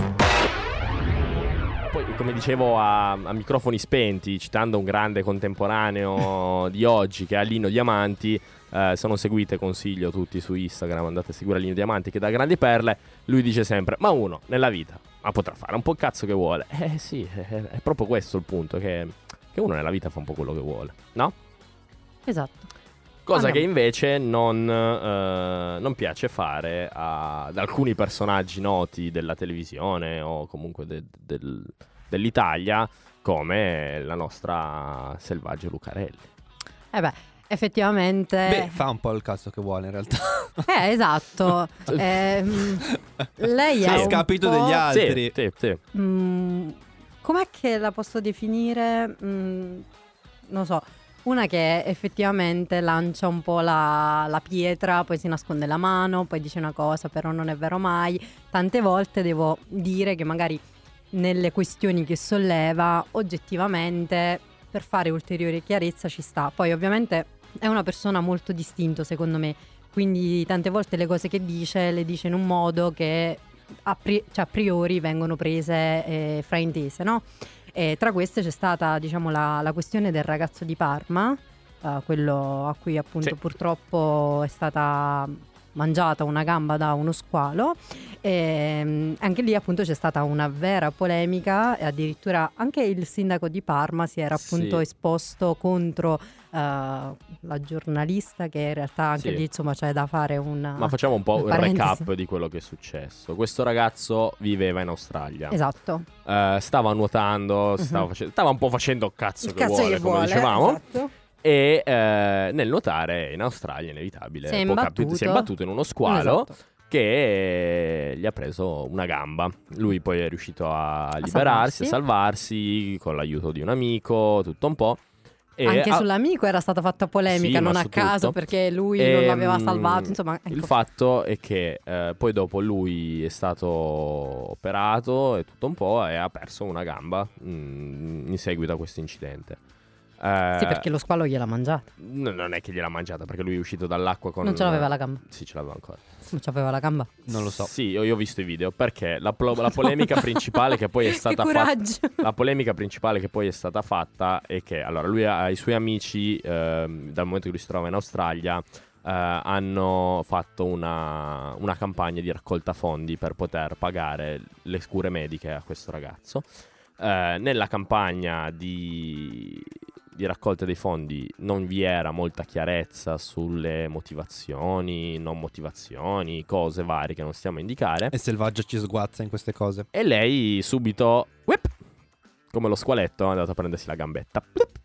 Speaker 1: Poi, come dicevo a, a microfoni spenti, citando un grande contemporaneo di oggi che è Lino Diamanti, eh, se non seguite consiglio tutti su Instagram, andate a seguire Lino Diamanti che dà grandi perle, lui dice sempre, ma uno nella vita, ma potrà fare un po' il cazzo che vuole. Eh sì, è, è proprio questo il punto, che, che uno nella vita fa un po' quello che vuole, no?
Speaker 2: Esatto.
Speaker 1: Cosa
Speaker 2: Ah, no.
Speaker 1: che invece non, eh, non piace fare a- ad alcuni personaggi noti della televisione o comunque de- del- dell'Italia, come la nostra Selvaggio Lucarelli.
Speaker 2: Eh beh, effettivamente...
Speaker 4: Beh, fa un po' il cazzo che vuole in realtà.
Speaker 2: Eh, esatto. Ehm, lei è
Speaker 4: A
Speaker 2: un
Speaker 4: scapito
Speaker 2: po'...
Speaker 4: degli altri.
Speaker 1: Sì, sì, sì.
Speaker 2: Mm, com'è che la posso definire? Mm, non so, una che effettivamente lancia un po' la, la pietra, poi si nasconde la mano, poi dice una cosa, però non è vero mai. Tante volte devo dire che magari nelle questioni che solleva, oggettivamente, per fare ulteriore chiarezza ci sta. Poi ovviamente è una persona molto distinto, secondo me, quindi tante volte le cose che dice le dice in un modo che a, pri- cioè a priori vengono prese eh, fraintese, no? E tra queste c'è stata, diciamo, la, la questione del ragazzo di Parma, eh, quello a cui appunto
Speaker 1: Sì.
Speaker 2: purtroppo è stata mangiata una gamba da uno squalo. E, mm, anche lì appunto c'è stata una vera polemica e addirittura anche il sindaco di Parma si era appunto
Speaker 1: Sì.
Speaker 2: esposto contro eh, la giornalista, che in realtà anche
Speaker 1: Sì.
Speaker 2: lì insomma c'è da fare un...
Speaker 1: Ma facciamo un po'
Speaker 2: una
Speaker 1: un
Speaker 2: parentesi.
Speaker 1: recap di quello che è successo. Questo ragazzo viveva in Australia.
Speaker 2: Esatto.
Speaker 1: Eh, stava nuotando, stava, face- stava un po' facendo cazzo
Speaker 2: Il
Speaker 1: che
Speaker 2: cazzo
Speaker 1: vuole,
Speaker 2: che
Speaker 1: come
Speaker 2: vuole,
Speaker 1: dicevamo.
Speaker 2: esatto.
Speaker 1: E eh, nel nuotare in Australia è inevitabile.
Speaker 2: Si è
Speaker 1: può
Speaker 2: imbattuto.
Speaker 1: capi- si è imbattuto in uno squalo
Speaker 2: Esatto.
Speaker 1: che gli ha preso una gamba. Lui poi è riuscito a, liberarsi,
Speaker 2: salvarsi.
Speaker 1: a salvarsi con l'aiuto di un amico, tutto un po'. E
Speaker 2: Anche
Speaker 1: ha-
Speaker 2: sull'amico era stata fatta polemica,
Speaker 1: Sì,
Speaker 2: non
Speaker 1: ma
Speaker 2: a
Speaker 1: su
Speaker 2: caso,
Speaker 1: tutto.
Speaker 2: perché lui
Speaker 1: Ehm,
Speaker 2: non l'aveva salvato, insomma, ecco.
Speaker 1: Il fatto è che eh, poi dopo lui è stato operato e tutto un po' e ha perso una gamba mm, in seguito a questo incidente. Eh,
Speaker 2: Sì, perché lo squalo gliel'ha mangiata.
Speaker 1: n- non è che gliel'ha mangiata, perché lui è uscito dall'acqua con...
Speaker 2: Non ce l'aveva la gamba.
Speaker 1: Sì, ce l'aveva ancora.
Speaker 2: Non c'aveva la gamba.
Speaker 4: Non lo so.
Speaker 1: Sì, io, io ho visto i video, perché la, plo- la polemica principale che poi è
Speaker 2: Che
Speaker 1: stata fatta...
Speaker 2: coraggio.
Speaker 1: La polemica principale che poi è stata fatta è che allora lui ha i suoi amici, ehm, dal momento che lui si trova in Australia, eh, hanno fatto una, una campagna di raccolta fondi per poter pagare le cure mediche a questo ragazzo. Eh, nella campagna di, di raccolta dei fondi non vi era molta chiarezza sulle motivazioni, non motivazioni, cose varie che non stiamo a indicare.
Speaker 4: E Selvaggio ci sguazza in queste cose.
Speaker 1: E lei subito, whip, come lo squaletto, è andato a prendersi la gambetta.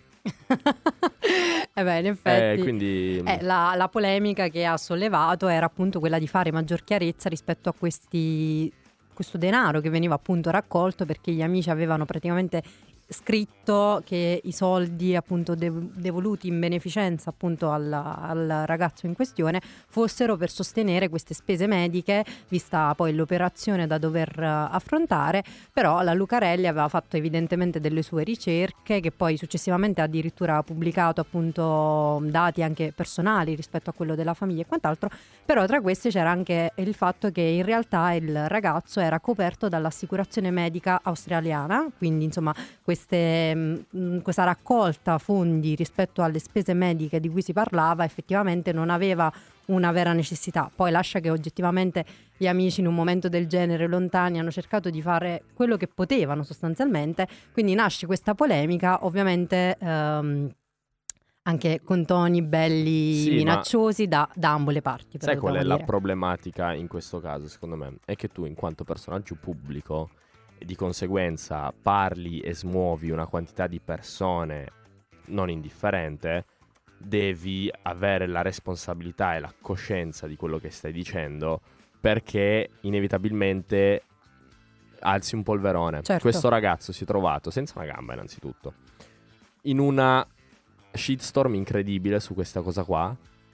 Speaker 2: Eh beh, in
Speaker 1: Eh,
Speaker 2: effetti...
Speaker 1: quindi
Speaker 2: Eh, la, la polemica che ha sollevato era appunto quella di fare maggior chiarezza rispetto a questi, questo denaro che veniva appunto raccolto, perché gli amici avevano praticamente scritto che i soldi appunto dev- devoluti in beneficenza appunto al, al ragazzo in questione fossero per sostenere queste spese mediche, vista poi l'operazione da dover uh, affrontare. Però la Lucarelli aveva fatto evidentemente delle sue ricerche, che poi successivamente ha addirittura pubblicato appunto dati anche personali rispetto a quello della famiglia e quant'altro. Però tra questi c'era anche il fatto che in realtà il ragazzo era coperto dall'assicurazione medica australiana, quindi insomma queste, mh, questa raccolta fondi rispetto alle spese mediche di cui si parlava effettivamente non aveva una vera necessità. Poi lascia che oggettivamente gli amici in un momento del genere lontani hanno cercato di fare quello che potevano sostanzialmente, quindi nasce questa polemica ovviamente ehm, anche con toni belli
Speaker 1: Sì,
Speaker 2: minacciosi da, da ambo le parti.
Speaker 1: Sai qual è
Speaker 2: dire.
Speaker 1: la problematica in questo caso, secondo me? È che tu, in quanto personaggio pubblico, e di conseguenza parli e smuovi una quantità di persone non indifferente, devi avere la responsabilità e la coscienza di quello che stai dicendo, perché inevitabilmente alzi un polverone.
Speaker 2: Certo.
Speaker 1: Questo ragazzo si è trovato senza una gamba, innanzitutto, in una shitstorm incredibile su questa cosa qua,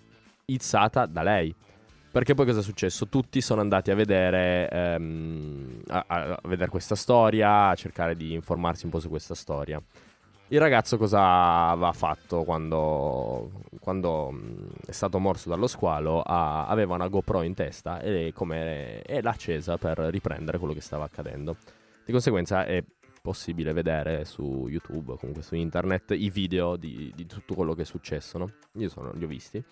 Speaker 1: izzata da lei. Perché poi cosa è successo? Tutti sono andati a vedere ehm, a, a vedere questa storia, a cercare di informarsi un po' su questa storia. Il ragazzo cosa aveva fatto quando, quando mh, è stato morso dallo squalo? Ha, aveva una GoPro in testa e, come, e l'ha accesa per riprendere quello che stava accadendo. Di conseguenza è possibile vedere su YouTube o comunque su internet i video di, di tutto quello che è successo, no? Io sono, li ho visti.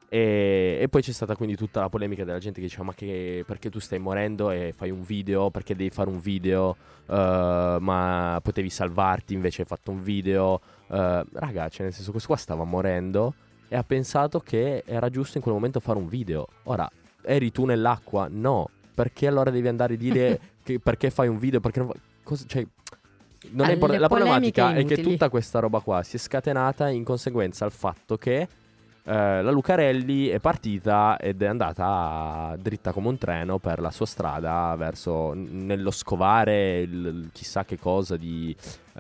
Speaker 1: E, e poi c'è stata quindi tutta la polemica della gente che diceva: ma che, perché tu stai morendo e fai un video? Perché devi fare un video? Uh, ma potevi salvarti, invece hai fatto un video. Uh, raga, cioè nel senso, questo qua stava morendo e ha pensato che era giusto in quel momento fare un video. Ora, eri tu nell'acqua? No. Perché allora devi andare a dire che perché fai un video? Perché non fa... Cosa, cioè, non è import- la problematica è che tutta questa roba qua si è scatenata in conseguenza al fatto che eh, la Lucarelli è partita ed è andata dritta come un treno per la sua strada verso nello scovare il, il chissà che cosa di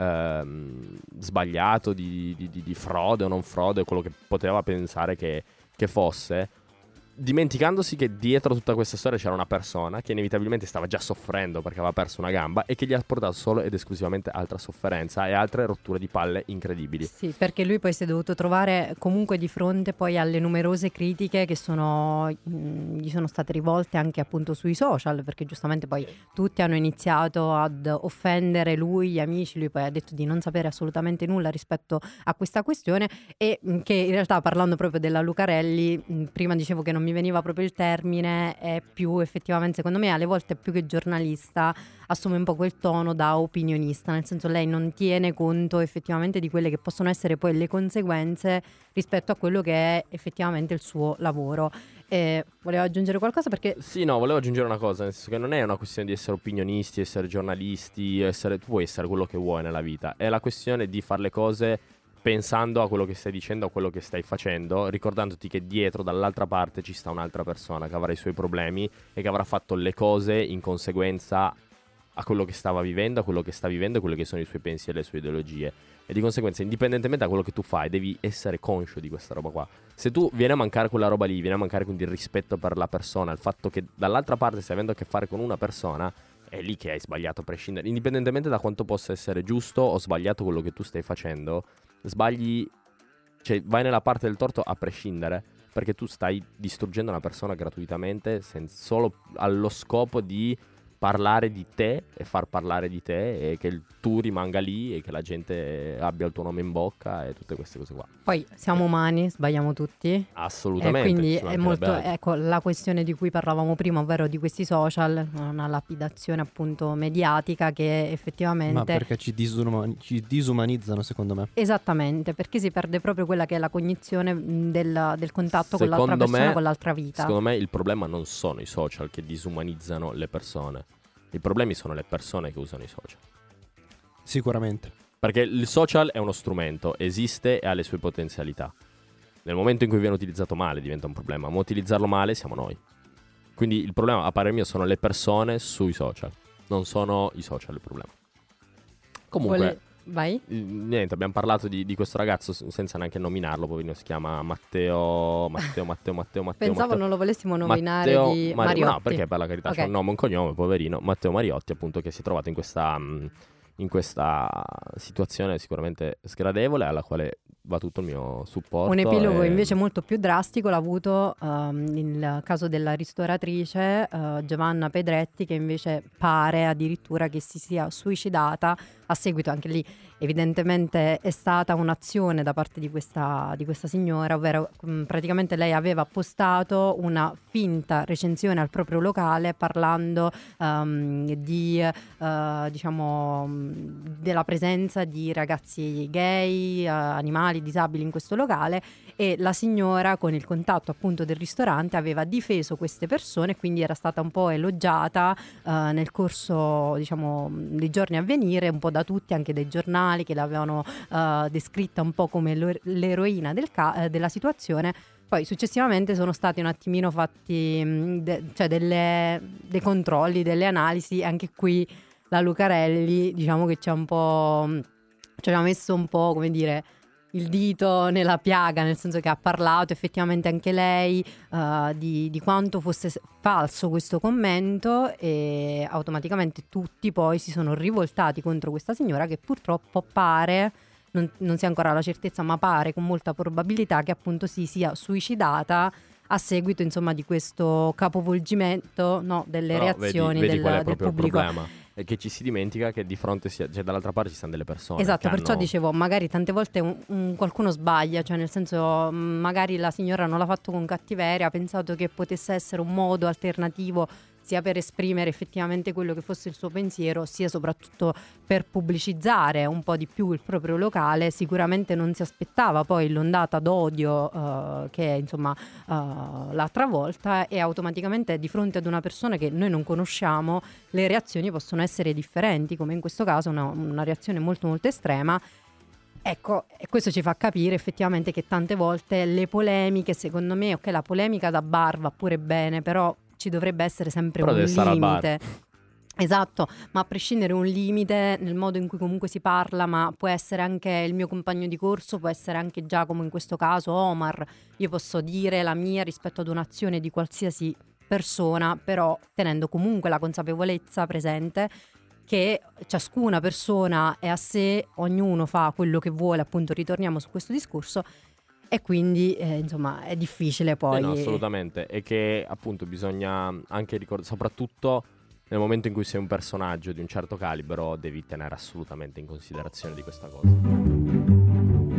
Speaker 1: ehm, sbagliato, di, di, di, di frode o non frode, quello che poteva pensare che, che fosse, dimenticandosi che dietro tutta questa storia c'era una persona che inevitabilmente stava già soffrendo perché aveva perso una gamba e che gli ha portato solo ed esclusivamente altra sofferenza e altre rotture di palle incredibili.
Speaker 2: Sì, perché lui poi si è dovuto trovare comunque di fronte poi alle numerose critiche che sono mh, gli sono state rivolte anche appunto sui social, perché giustamente poi tutti hanno iniziato ad offendere lui, gli amici. Lui poi ha detto di non sapere assolutamente nulla rispetto a questa questione e mh, che in realtà, parlando proprio della Lucarelli, mh, prima dicevo che non mi veniva proprio il termine, è più effettivamente, secondo me, alle volte più che giornalista assume un po' quel tono da opinionista, nel senso lei non tiene conto effettivamente di quelle che possono essere poi le conseguenze rispetto a quello che è effettivamente il suo lavoro. E volevo aggiungere qualcosa? Perché
Speaker 1: sì, no, volevo aggiungere una cosa, nel senso che non è una questione di essere opinionisti, essere giornalisti, essere, tu puoi essere quello che vuoi nella vita, è la questione di fare le cose pensando a quello che stai dicendo, a quello che stai facendo, ricordandoti che dietro, dall'altra parte, ci sta un'altra persona che avrà i suoi problemi e che avrà fatto le cose in conseguenza a quello che stava vivendo, a quello che sta vivendo e quello che sono i suoi pensieri e le sue ideologie. E di conseguenza, indipendentemente da quello che tu fai, devi essere conscio di questa roba qua. Se tu vieni a mancare quella roba lì, viene a mancare quindi il rispetto per la persona, il fatto che dall'altra parte stai avendo a che fare con una persona, è lì che hai sbagliato a prescindere. Indipendentemente da quanto possa essere giusto o sbagliato quello che tu stai facendo, sbagli, cioè vai nella parte del torto a prescindere, perché tu stai distruggendo una persona gratuitamente sen- solo allo scopo di parlare di te e far parlare di te e che il, tu rimanga lì e che la gente abbia il tuo nome in bocca e tutte queste cose qua.
Speaker 2: poi siamo umani, sbagliamo tutti.
Speaker 1: Assolutamente.
Speaker 2: E quindi
Speaker 1: ci
Speaker 2: è molto,
Speaker 1: mancherebbe altro.
Speaker 2: ecco, la questione di cui parlavamo prima, ovvero di questi social, una lapidazione appunto mediatica che effettivamente...
Speaker 4: Ma perché ci, disuma- ci disumanizzano, secondo me.
Speaker 2: Esattamente, perché si perde proprio quella che è la cognizione mh, del, del contatto con l'altra
Speaker 1: Secondo
Speaker 2: persona,
Speaker 1: me-
Speaker 2: con l'altra vita.
Speaker 1: Secondo me il problema non sono i social che disumanizzano le persone. I problemi sono le persone che usano i social.
Speaker 4: Sicuramente.
Speaker 1: Perché il social è uno strumento, esiste e ha le sue potenzialità. Nel momento in cui viene utilizzato male diventa un problema, ma utilizzarlo male siamo noi. Quindi il problema, a parer mio, sono le persone sui social. Non sono i social il problema. Comunque...
Speaker 2: Vole- Vai.
Speaker 1: Niente, abbiamo parlato di, di questo ragazzo senza neanche nominarlo, poverino, si chiama Matteo Matteo Matteo Matteo Matteo
Speaker 2: Pensavo
Speaker 1: Matteo,
Speaker 2: non lo volessimo nominare
Speaker 1: Matteo
Speaker 2: di
Speaker 1: Mari-
Speaker 2: Mariotti.
Speaker 1: No, perché per la carità
Speaker 2: Ok.
Speaker 1: c'è un nome, un cognome, poverino, Matteo Mariotti, appunto, che si è trovato in questa mh, in questa situazione sicuramente sgradevole, alla quale va tutto il mio supporto.
Speaker 2: Un epilogo
Speaker 1: e-
Speaker 2: invece molto più drastico l'ha avuto ehm, il caso della ristoratrice eh, Giovanna Pedretti, che invece pare addirittura che si sia suicidata a seguito, anche lì evidentemente è stata un'azione da parte di questa, di questa signora, ovvero mh, praticamente lei aveva postato una finta recensione al proprio locale parlando ehm, di eh, diciamo mh, della presenza di ragazzi gay, eh, animali, disabili in questo locale, e la signora con il contatto appunto del ristorante aveva difeso queste persone, quindi era stata un po' elogiata eh, nel corso diciamo dei giorni a venire, un po' da tutti, anche dai giornali che l'avevano eh, descritta un po' come l'ero- l'eroina del ca- eh, della situazione. Poi successivamente sono stati un attimino fatti mh, de- cioè delle, dei controlli, delle analisi, anche qui la Lucarelli diciamo che ci ha un po' ci aveva messo un po', come dire, il dito nella piaga, nel senso che ha parlato effettivamente anche lei uh, di, di quanto fosse s- falso questo commento, e automaticamente tutti poi si sono rivoltati contro questa signora, che purtroppo pare, non, non si ha ancora la certezza, ma pare con molta probabilità che appunto si sia suicidata a seguito insomma di questo capovolgimento, no, delle
Speaker 1: Però
Speaker 2: reazioni
Speaker 1: vedi, vedi
Speaker 2: del,
Speaker 1: qual è
Speaker 2: del
Speaker 1: proprio
Speaker 2: pubblico.
Speaker 1: il problema. È che ci si dimentica che di fronte, sia, cioè dall'altra parte ci stanno delle persone.
Speaker 2: Esatto,
Speaker 1: che
Speaker 2: perciò
Speaker 1: hanno-
Speaker 2: dicevo, magari tante volte un, un- qualcuno sbaglia, cioè nel senso, mh, magari la signora non l'ha fatto con cattiveria, ha pensato che potesse essere un modo alternativo sia per esprimere effettivamente quello che fosse il suo pensiero, sia soprattutto per pubblicizzare un po' di più il proprio locale. Sicuramente non si aspettava poi l'ondata d'odio eh, che insomma eh, l'ha travolta, e automaticamente di fronte ad una persona che noi non conosciamo le reazioni possono essere differenti, come in questo caso una, una reazione molto molto estrema. Ecco, e questo ci fa capire effettivamente che tante volte le polemiche, secondo me, ok, la polemica da bar va pure bene, però ci dovrebbe essere sempre
Speaker 1: Però
Speaker 2: un
Speaker 1: deve stare al bar.
Speaker 2: limite. Esatto, ma a prescindere un limite nel modo in cui comunque si parla, ma può essere anche il mio compagno di corso, può essere anche Giacomo in questo caso, Omar. Io posso dire la mia rispetto ad un'azione di qualsiasi persona, però tenendo comunque la consapevolezza presente che ciascuna persona è a sé, ognuno fa quello che vuole, appunto ritorniamo su questo discorso, e quindi eh, insomma è difficile poi.
Speaker 1: Eh no, assolutamente. E che appunto bisogna anche ricordare, soprattutto nel momento in cui sei un personaggio di un certo calibro, devi tenere assolutamente in considerazione di questa cosa.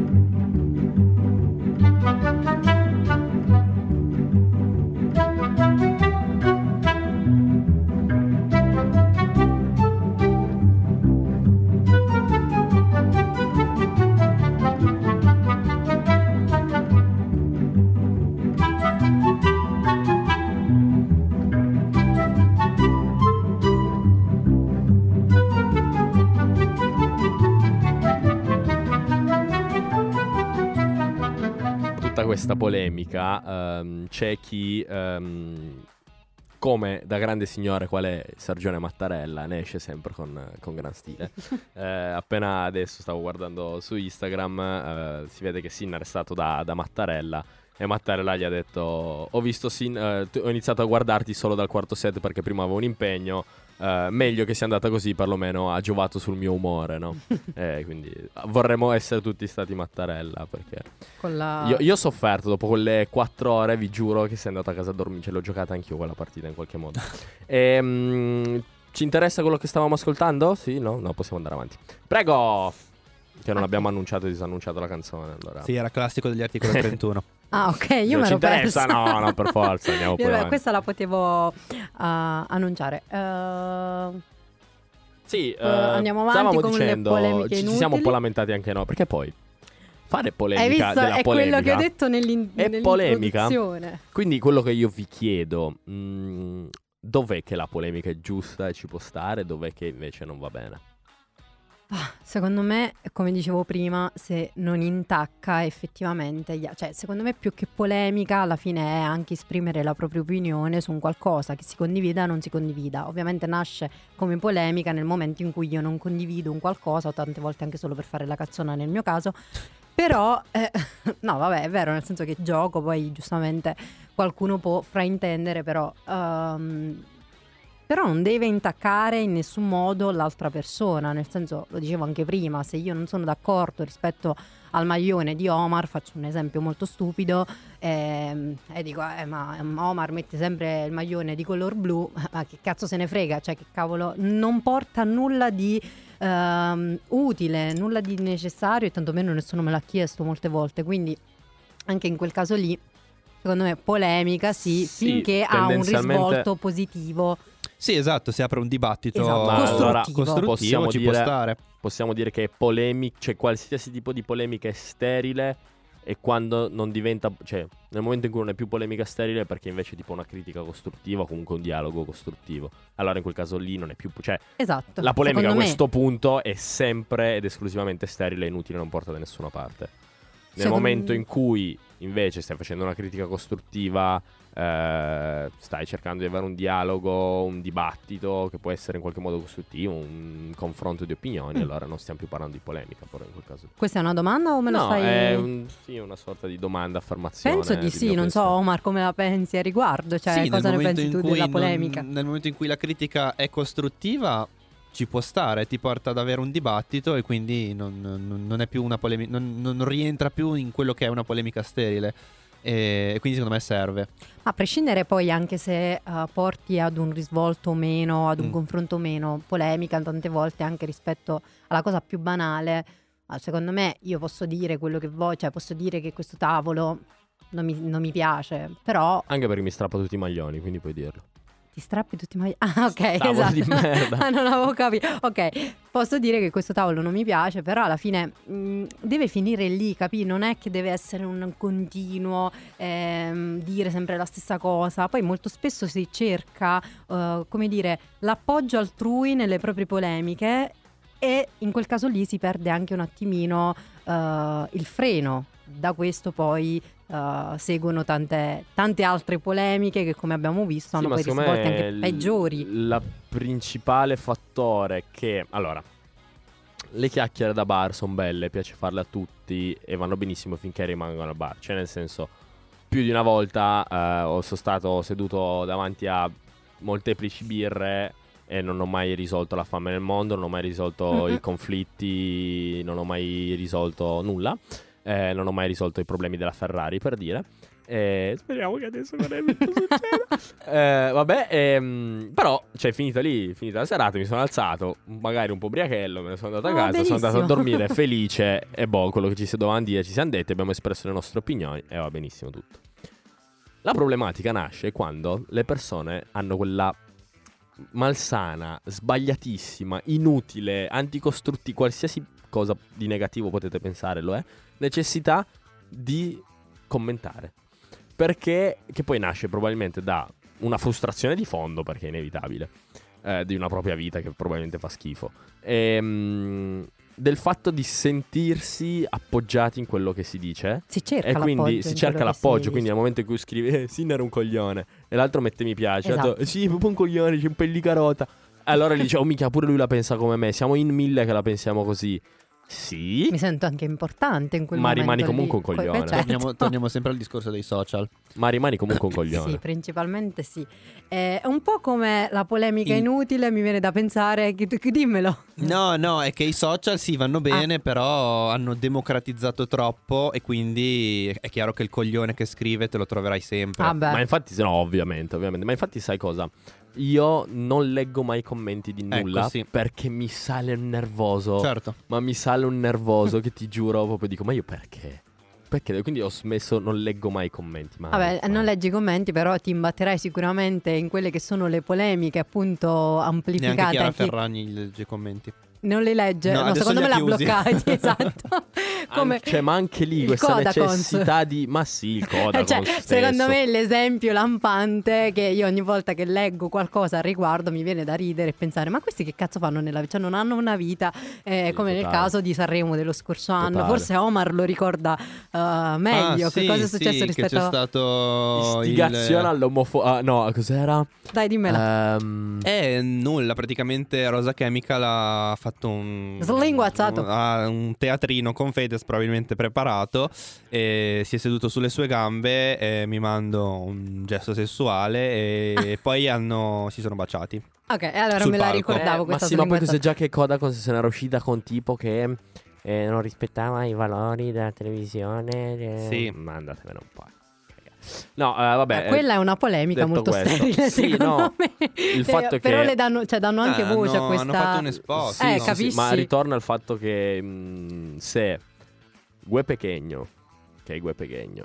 Speaker 1: Tutta questa polemica, ehm, c'è chi, ehm, come da grande signore qual è Sergione Mattarella, ne esce sempre con, con gran stile. Eh, appena adesso stavo guardando su Instagram, eh, si vede che Sinner è stato da, da Mattarella, e Mattarella gli ha detto: ho visto Sin- eh, t- ho iniziato a guardarti solo dal quarto set perché prima avevo un impegno. Uh, meglio che sia andata così, perlomeno ha giovato sul mio umore, no? eh, quindi vorremmo essere tutti stati Mattarella, perché
Speaker 2: Con la...
Speaker 1: io, io ho sofferto dopo quelle quattro ore, vi giuro che sei andato a casa a dormire, ce l'ho giocata anch'io quella partita in qualche modo. e, mh, ci interessa quello che stavamo ascoltando? Sì, no? No, possiamo andare avanti. Prego! Che non abbiamo annunciato e disannunciato la canzone, allora.
Speaker 4: Sì, era classico degli articoli trentuno.
Speaker 2: Ah, ok, io
Speaker 1: non
Speaker 2: me
Speaker 1: ci
Speaker 2: l'ho
Speaker 1: interessa,
Speaker 2: persa.
Speaker 1: no, no, per forza, andiamo pure
Speaker 2: Io,
Speaker 1: avanti.
Speaker 2: questa la potevo uh, annunciare. Uh,
Speaker 1: Sì,
Speaker 2: Eh, andiamo avanti
Speaker 1: stavamo
Speaker 2: con le
Speaker 1: dicendo,
Speaker 2: polemiche
Speaker 1: ci, ci siamo un
Speaker 2: inutili.
Speaker 1: po' lamentati anche noi, perché poi fare polemica
Speaker 2: hai visto?
Speaker 1: della
Speaker 2: È
Speaker 1: polemica
Speaker 2: quello che ho detto nell'in-
Speaker 1: è polemica.
Speaker 2: nell'introduzione.
Speaker 1: Quindi quello che io vi chiedo, mh, dov'è che la polemica è giusta e ci può stare, dov'è che invece non va bene?
Speaker 2: Secondo me, come dicevo prima, se non intacca effettivamente, gli- cioè secondo me più che polemica alla fine è anche esprimere la propria opinione su un qualcosa, che si condivida o non si condivida. Ovviamente nasce come polemica nel momento in cui io non condivido un qualcosa, o tante volte anche solo per fare la cazzona nel mio caso. Però, eh, no vabbè, è vero, nel senso che gioco, poi giustamente qualcuno può fraintendere, però... ehm, Però non deve intaccare in nessun modo l'altra persona, nel senso, lo dicevo anche prima, se io non sono d'accordo rispetto al maglione di Omar, faccio un esempio molto stupido, ehm, e dico, eh, ma Omar mette sempre il maglione di color blu, ma che cazzo se ne frega, cioè che cavolo, non porta nulla di ehm, utile, nulla di necessario, e tantomeno nessuno me l'ha chiesto molte volte, quindi anche in quel caso lì, secondo me polemica sì,
Speaker 1: Sì,
Speaker 2: finché ha un
Speaker 1: tendenzialmente-
Speaker 2: risvolto positivo.
Speaker 4: Sì, esatto, si apre un dibattito
Speaker 2: Esatto,
Speaker 1: Ma
Speaker 2: costruttivo.
Speaker 1: allora
Speaker 4: costruttivo,
Speaker 1: possiamo
Speaker 4: ci
Speaker 1: dire,
Speaker 4: può stare.
Speaker 1: possiamo dire che è polemica, cioè qualsiasi tipo di polemica è sterile, e quando non diventa, cioè nel momento in cui non è più polemica sterile, perché invece è tipo una critica costruttiva o comunque un dialogo costruttivo, allora in quel caso lì non è più, cioè
Speaker 2: Esatto.
Speaker 1: la polemica a
Speaker 2: secondo me-
Speaker 1: questo punto è sempre ed esclusivamente sterile, inutile, non porta da nessuna parte. Nel
Speaker 2: Secondo-
Speaker 1: momento in cui invece stai facendo una critica costruttiva, eh, stai cercando di avere un dialogo, un dibattito che può essere in qualche modo costruttivo, un confronto di opinioni,
Speaker 2: Mm.
Speaker 1: allora non stiamo più parlando di polemica, però in quel caso.
Speaker 2: Questa è una domanda o me lo
Speaker 1: No,
Speaker 2: stai...
Speaker 1: è un- sì, una sorta di domanda, affermazione.
Speaker 2: Penso di
Speaker 1: del
Speaker 2: sì,
Speaker 1: mio
Speaker 2: non so
Speaker 1: pensiero.
Speaker 2: Omar come la pensi a riguardo, cioè
Speaker 4: Sì,
Speaker 2: cosa
Speaker 4: nel
Speaker 2: ne
Speaker 4: momento
Speaker 2: pensi
Speaker 4: in
Speaker 2: tu
Speaker 4: cui
Speaker 2: della
Speaker 4: non-
Speaker 2: polemica?
Speaker 4: nel momento in cui la critica è costruttiva ci può stare, ti porta ad avere un dibattito e quindi non, non- non è più una polemica, non, non rientra più in quello che è una polemica sterile. E quindi secondo me serve.
Speaker 2: A prescindere poi anche se eh, porti ad un risvolto o meno, ad un
Speaker 4: Mm.
Speaker 2: confronto o meno, polemica tante volte anche rispetto alla cosa più banale, ma secondo me io posso dire quello che voglio, cioè posso dire che questo tavolo non mi, non mi piace, però
Speaker 1: Anche perché mi strappa tutti i maglioni, quindi puoi dirlo.
Speaker 2: ti strappi tutti i maglioni. Ah, ok,
Speaker 1: Tavolo
Speaker 2: esatto.
Speaker 1: di merda.
Speaker 2: Ah, non avevo capito. Ok, posso dire che questo tavolo non mi piace, però alla fine mh, deve finire lì, capì? Non è che deve essere un continuo ehm, dire sempre la stessa cosa. Poi molto spesso si cerca, eh, come dire, l'appoggio altrui nelle proprie polemiche, e in quel caso lì si perde anche un attimino eh, il freno. Da questo poi eh, seguono tante, tante altre polemiche che, come abbiamo visto, hanno
Speaker 1: Sì, ma
Speaker 2: poi
Speaker 1: secondo
Speaker 2: risvolti
Speaker 1: me
Speaker 2: anche peggiori.
Speaker 1: Il principale fattore che... Allora, le chiacchiere da bar sono belle, piace farle a tutti e vanno benissimo finché rimangono al bar. Cioè, nel senso, più di una volta eh, ho- sono stato seduto davanti a molteplici birre e non ho mai risolto la fame nel mondo, non ho mai risolto
Speaker 2: Mhm.
Speaker 1: i conflitti, non ho mai risolto nulla. Eh, non ho mai risolto i problemi della Ferrari, per dire. Eh, speriamo che adesso non è succeda. Eh, vabbè, ehm, però, cioè, finita lì, finita la serata, mi sono alzato, magari un po' ubriachello, me ne sono andato a
Speaker 2: Ah,
Speaker 1: casa, sono andato a
Speaker 2: benissimo.
Speaker 1: dormire felice e boh, quello che ci si dovevano dire ci siamo detti, abbiamo espresso le nostre opinioni e va benissimo tutto. La problematica nasce quando le persone hanno quella malsana, sbagliatissima, inutile, anticostruttiva, qualsiasi cosa di negativo potete pensare lo è, necessità di commentare. Perché, che poi nasce probabilmente da una frustrazione di fondo, perché è inevitabile, eh, di una propria vita che probabilmente fa schifo, ehm, del fatto di sentirsi appoggiati in quello che si dice.
Speaker 2: Si cerca
Speaker 1: E quindi
Speaker 2: l'appoggio
Speaker 1: si
Speaker 2: in
Speaker 1: cerca
Speaker 2: quello che si
Speaker 1: l'appoggio,
Speaker 2: dice.
Speaker 1: quindi nel momento in cui scrivi eh, Sinner è un coglione e l'altro mette mi piace,
Speaker 2: Esatto.
Speaker 1: l'altro, sì, proprio un coglione, c'è un pellicarota. Allora gli dice, oh mica, pure lui la pensa come me, siamo in mille che la pensiamo così. Sì,
Speaker 2: Mi sento anche importante in quel
Speaker 1: Ma
Speaker 2: momento
Speaker 1: rimani
Speaker 2: lì.
Speaker 1: comunque un
Speaker 2: Que-
Speaker 1: coglione.
Speaker 2: beh, certo.
Speaker 4: Torniamo, torniamo sempre al discorso dei social.
Speaker 1: ma rimani comunque un coglione.
Speaker 2: Sì, principalmente sì. Eh, È un po' come la polemica
Speaker 4: Il-
Speaker 2: inutile, mi viene da pensare, che, che dimmelo.
Speaker 4: No, no, è che i social sì vanno bene, però hanno democratizzato troppo e quindi è chiaro che il coglione che scrive te lo troverai sempre.
Speaker 2: Ah, beh.
Speaker 1: Ma infatti, no, ovviamente, ovviamente. Ma infatti, sai cosa? Io non leggo mai commenti di
Speaker 4: Ecco,
Speaker 1: nulla
Speaker 4: sì.
Speaker 1: perché mi sale un nervoso.
Speaker 4: Certo.
Speaker 1: Ma mi sale un nervoso che ti giuro, proprio dico, ma io perché? Perché? Quindi ho smesso, non leggo mai i commenti. Mai,
Speaker 2: Vabbè,
Speaker 1: mai.
Speaker 2: non leggi i commenti, però ti imbatterai sicuramente in quelle che sono le polemiche, appunto, amplificate.
Speaker 4: Neanche Chiara
Speaker 2: a chi
Speaker 4: Ferragni legge i commenti.
Speaker 2: non le legge,
Speaker 4: No,
Speaker 2: no,
Speaker 4: adesso
Speaker 2: secondo me
Speaker 4: li ha
Speaker 2: l'ha
Speaker 4: chiusi.
Speaker 2: bloccati, esatto. come
Speaker 1: An- cioè, ma anche lì
Speaker 2: il
Speaker 1: questa
Speaker 2: Kodakons.
Speaker 1: necessità di... Ma sì, il Kodakons
Speaker 2: Cioè,
Speaker 1: stesso.
Speaker 2: secondo me l'esempio lampante che io ogni volta che leggo qualcosa al riguardo mi viene da ridere e pensare: ma questi che cazzo fanno nella vita? Cioè, non hanno una vita, eh,
Speaker 1: Sì,
Speaker 2: come nel
Speaker 1: totale.
Speaker 2: caso di Sanremo dello scorso anno.
Speaker 1: Totale.
Speaker 2: Forse Omar lo ricorda uh, meglio.
Speaker 4: Ah,
Speaker 2: che
Speaker 4: sì,
Speaker 2: cosa è
Speaker 4: sì,
Speaker 2: successo
Speaker 4: che
Speaker 2: rispetto
Speaker 4: c'è
Speaker 2: a...
Speaker 4: stato
Speaker 1: Istigazione
Speaker 4: il...
Speaker 1: all'omofobia. Ah, no, cos'era?
Speaker 2: Dai, dimmela.
Speaker 1: Ehm,
Speaker 4: Eh, nulla, praticamente Rosa Chemical ha fatto un...
Speaker 2: Slinguazzato.
Speaker 4: un, ha un teatrino con Fedez probabilmente preparato e si è seduto sulle sue gambe e mi mando un gesto sessuale e poi hanno, si sono baciati.
Speaker 2: Ok, allora
Speaker 4: sul
Speaker 2: me la
Speaker 4: palco.
Speaker 2: ricordavo
Speaker 1: eh,
Speaker 2: questa
Speaker 1: ma sì, ma poi cos'è
Speaker 2: slinguazzata.
Speaker 1: già che Kodakons se n'era uscita con tipo che eh, non rispettava i valori della televisione. eh,
Speaker 4: Sì.
Speaker 1: Ma andatevene un po'. No, eh, vabbè.
Speaker 2: Eh, quella è una polemica
Speaker 1: detto
Speaker 2: molto
Speaker 1: questo,
Speaker 2: sterile,
Speaker 1: sì,
Speaker 2: secondo
Speaker 1: no,
Speaker 2: me.
Speaker 1: il fatto
Speaker 2: Eh,
Speaker 1: è
Speaker 2: però
Speaker 1: che-
Speaker 2: le danno, cioè, danno anche
Speaker 4: Ah,
Speaker 2: voce
Speaker 4: hanno-
Speaker 2: a questa.
Speaker 4: hanno fatto un esposto,
Speaker 2: Eh,
Speaker 4: no?
Speaker 2: capisci?
Speaker 1: Ma ritorna al fatto che mh, se Gue Pequeño, che è Gue Pequeño,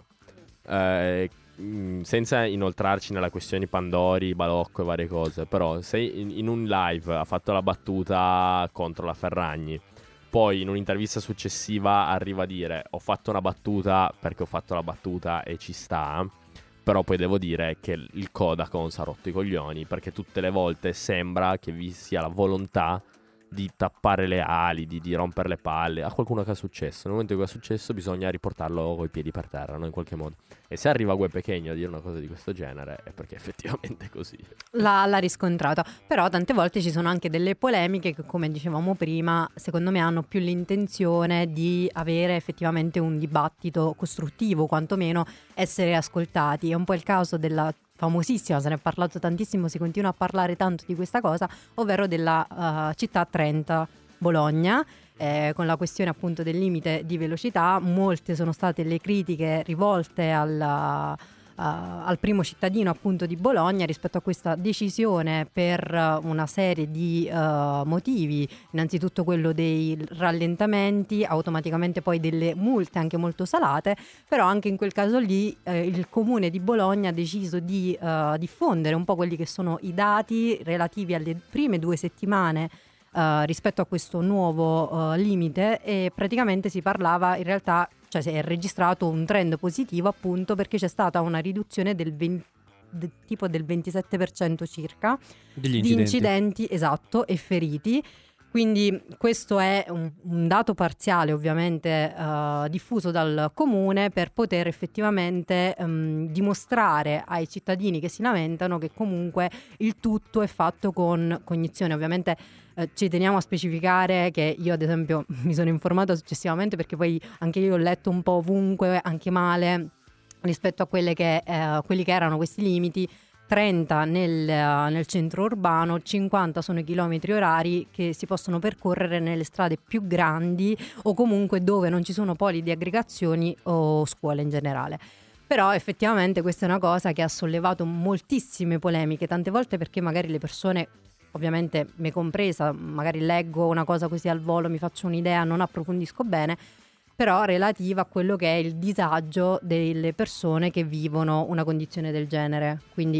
Speaker 1: eh, mh, senza inoltrarci nella questione Pandori, Balocco e varie cose, però se in, in un live ha fatto la battuta contro la Ferragni, poi in un'intervista successiva arriva a dire ho fatto una battuta perché ho fatto la battuta e ci sta, però poi devo dire che il Kodakons ha rotto i coglioni perché tutte le volte sembra che vi sia la volontà di tappare le ali, di, di rompere le palle a qualcuno che è successo. Nel momento in cui è successo bisogna riportarlo coi piedi per terra, no? In qualche modo. E se arriva Gue Pequeño a dire una cosa di questo genere è perché effettivamente è così.
Speaker 2: L'ha, l'ha riscontrato. Però tante volte ci sono anche delle polemiche che, come dicevamo prima, secondo me hanno più l'intenzione di avere effettivamente un dibattito costruttivo, quantomeno essere ascoltati. È un po' il caso della famosissima, se ne è parlato tantissimo, si continua a parlare tanto di questa cosa, ovvero della uh, città Trenta Bologna. Eh, con la questione appunto del limite di velocità, molte sono state le critiche rivolte alla, uh, al primo cittadino appunto di Bologna rispetto a questa decisione per uh, una serie di uh, motivi, innanzitutto quello dei rallentamenti, automaticamente poi delle multe anche molto salate, però anche in quel caso lì eh, il comune di Bologna ha deciso di uh, diffondere un po' quelli che sono i dati relativi alle prime due settimane Uh, rispetto a questo nuovo uh, limite, e praticamente si parlava in realtà, cioè si è registrato un trend positivo appunto perché c'è stata una riduzione del venti, de, tipo del ventisette per cento circa
Speaker 4: Degli
Speaker 2: di
Speaker 4: incidenti.
Speaker 2: incidenti, esatto, e feriti. Quindi questo è un, un dato parziale ovviamente uh, diffuso dal comune per poter effettivamente um, dimostrare ai cittadini che si lamentano che comunque il tutto è fatto con cognizione. Ovviamente eh, ci teniamo a specificare che io ad esempio mi sono informata successivamente perché poi anche io ho letto un po' ovunque, anche male, rispetto a quelle che, eh, quelli che erano questi limiti. trenta nel, nel centro urbano, cinquanta sono i chilometri orari che si possono percorrere nelle strade più grandi o comunque dove non ci sono poli di aggregazioni o scuole in generale. Però effettivamente questa è una cosa che ha sollevato moltissime polemiche, tante volte perché magari le persone, ovviamente me compresa, magari leggo una cosa così al volo, mi faccio un'idea, non approfondisco bene, però relativa a quello che è il disagio delle persone che vivono una condizione del genere. Quindi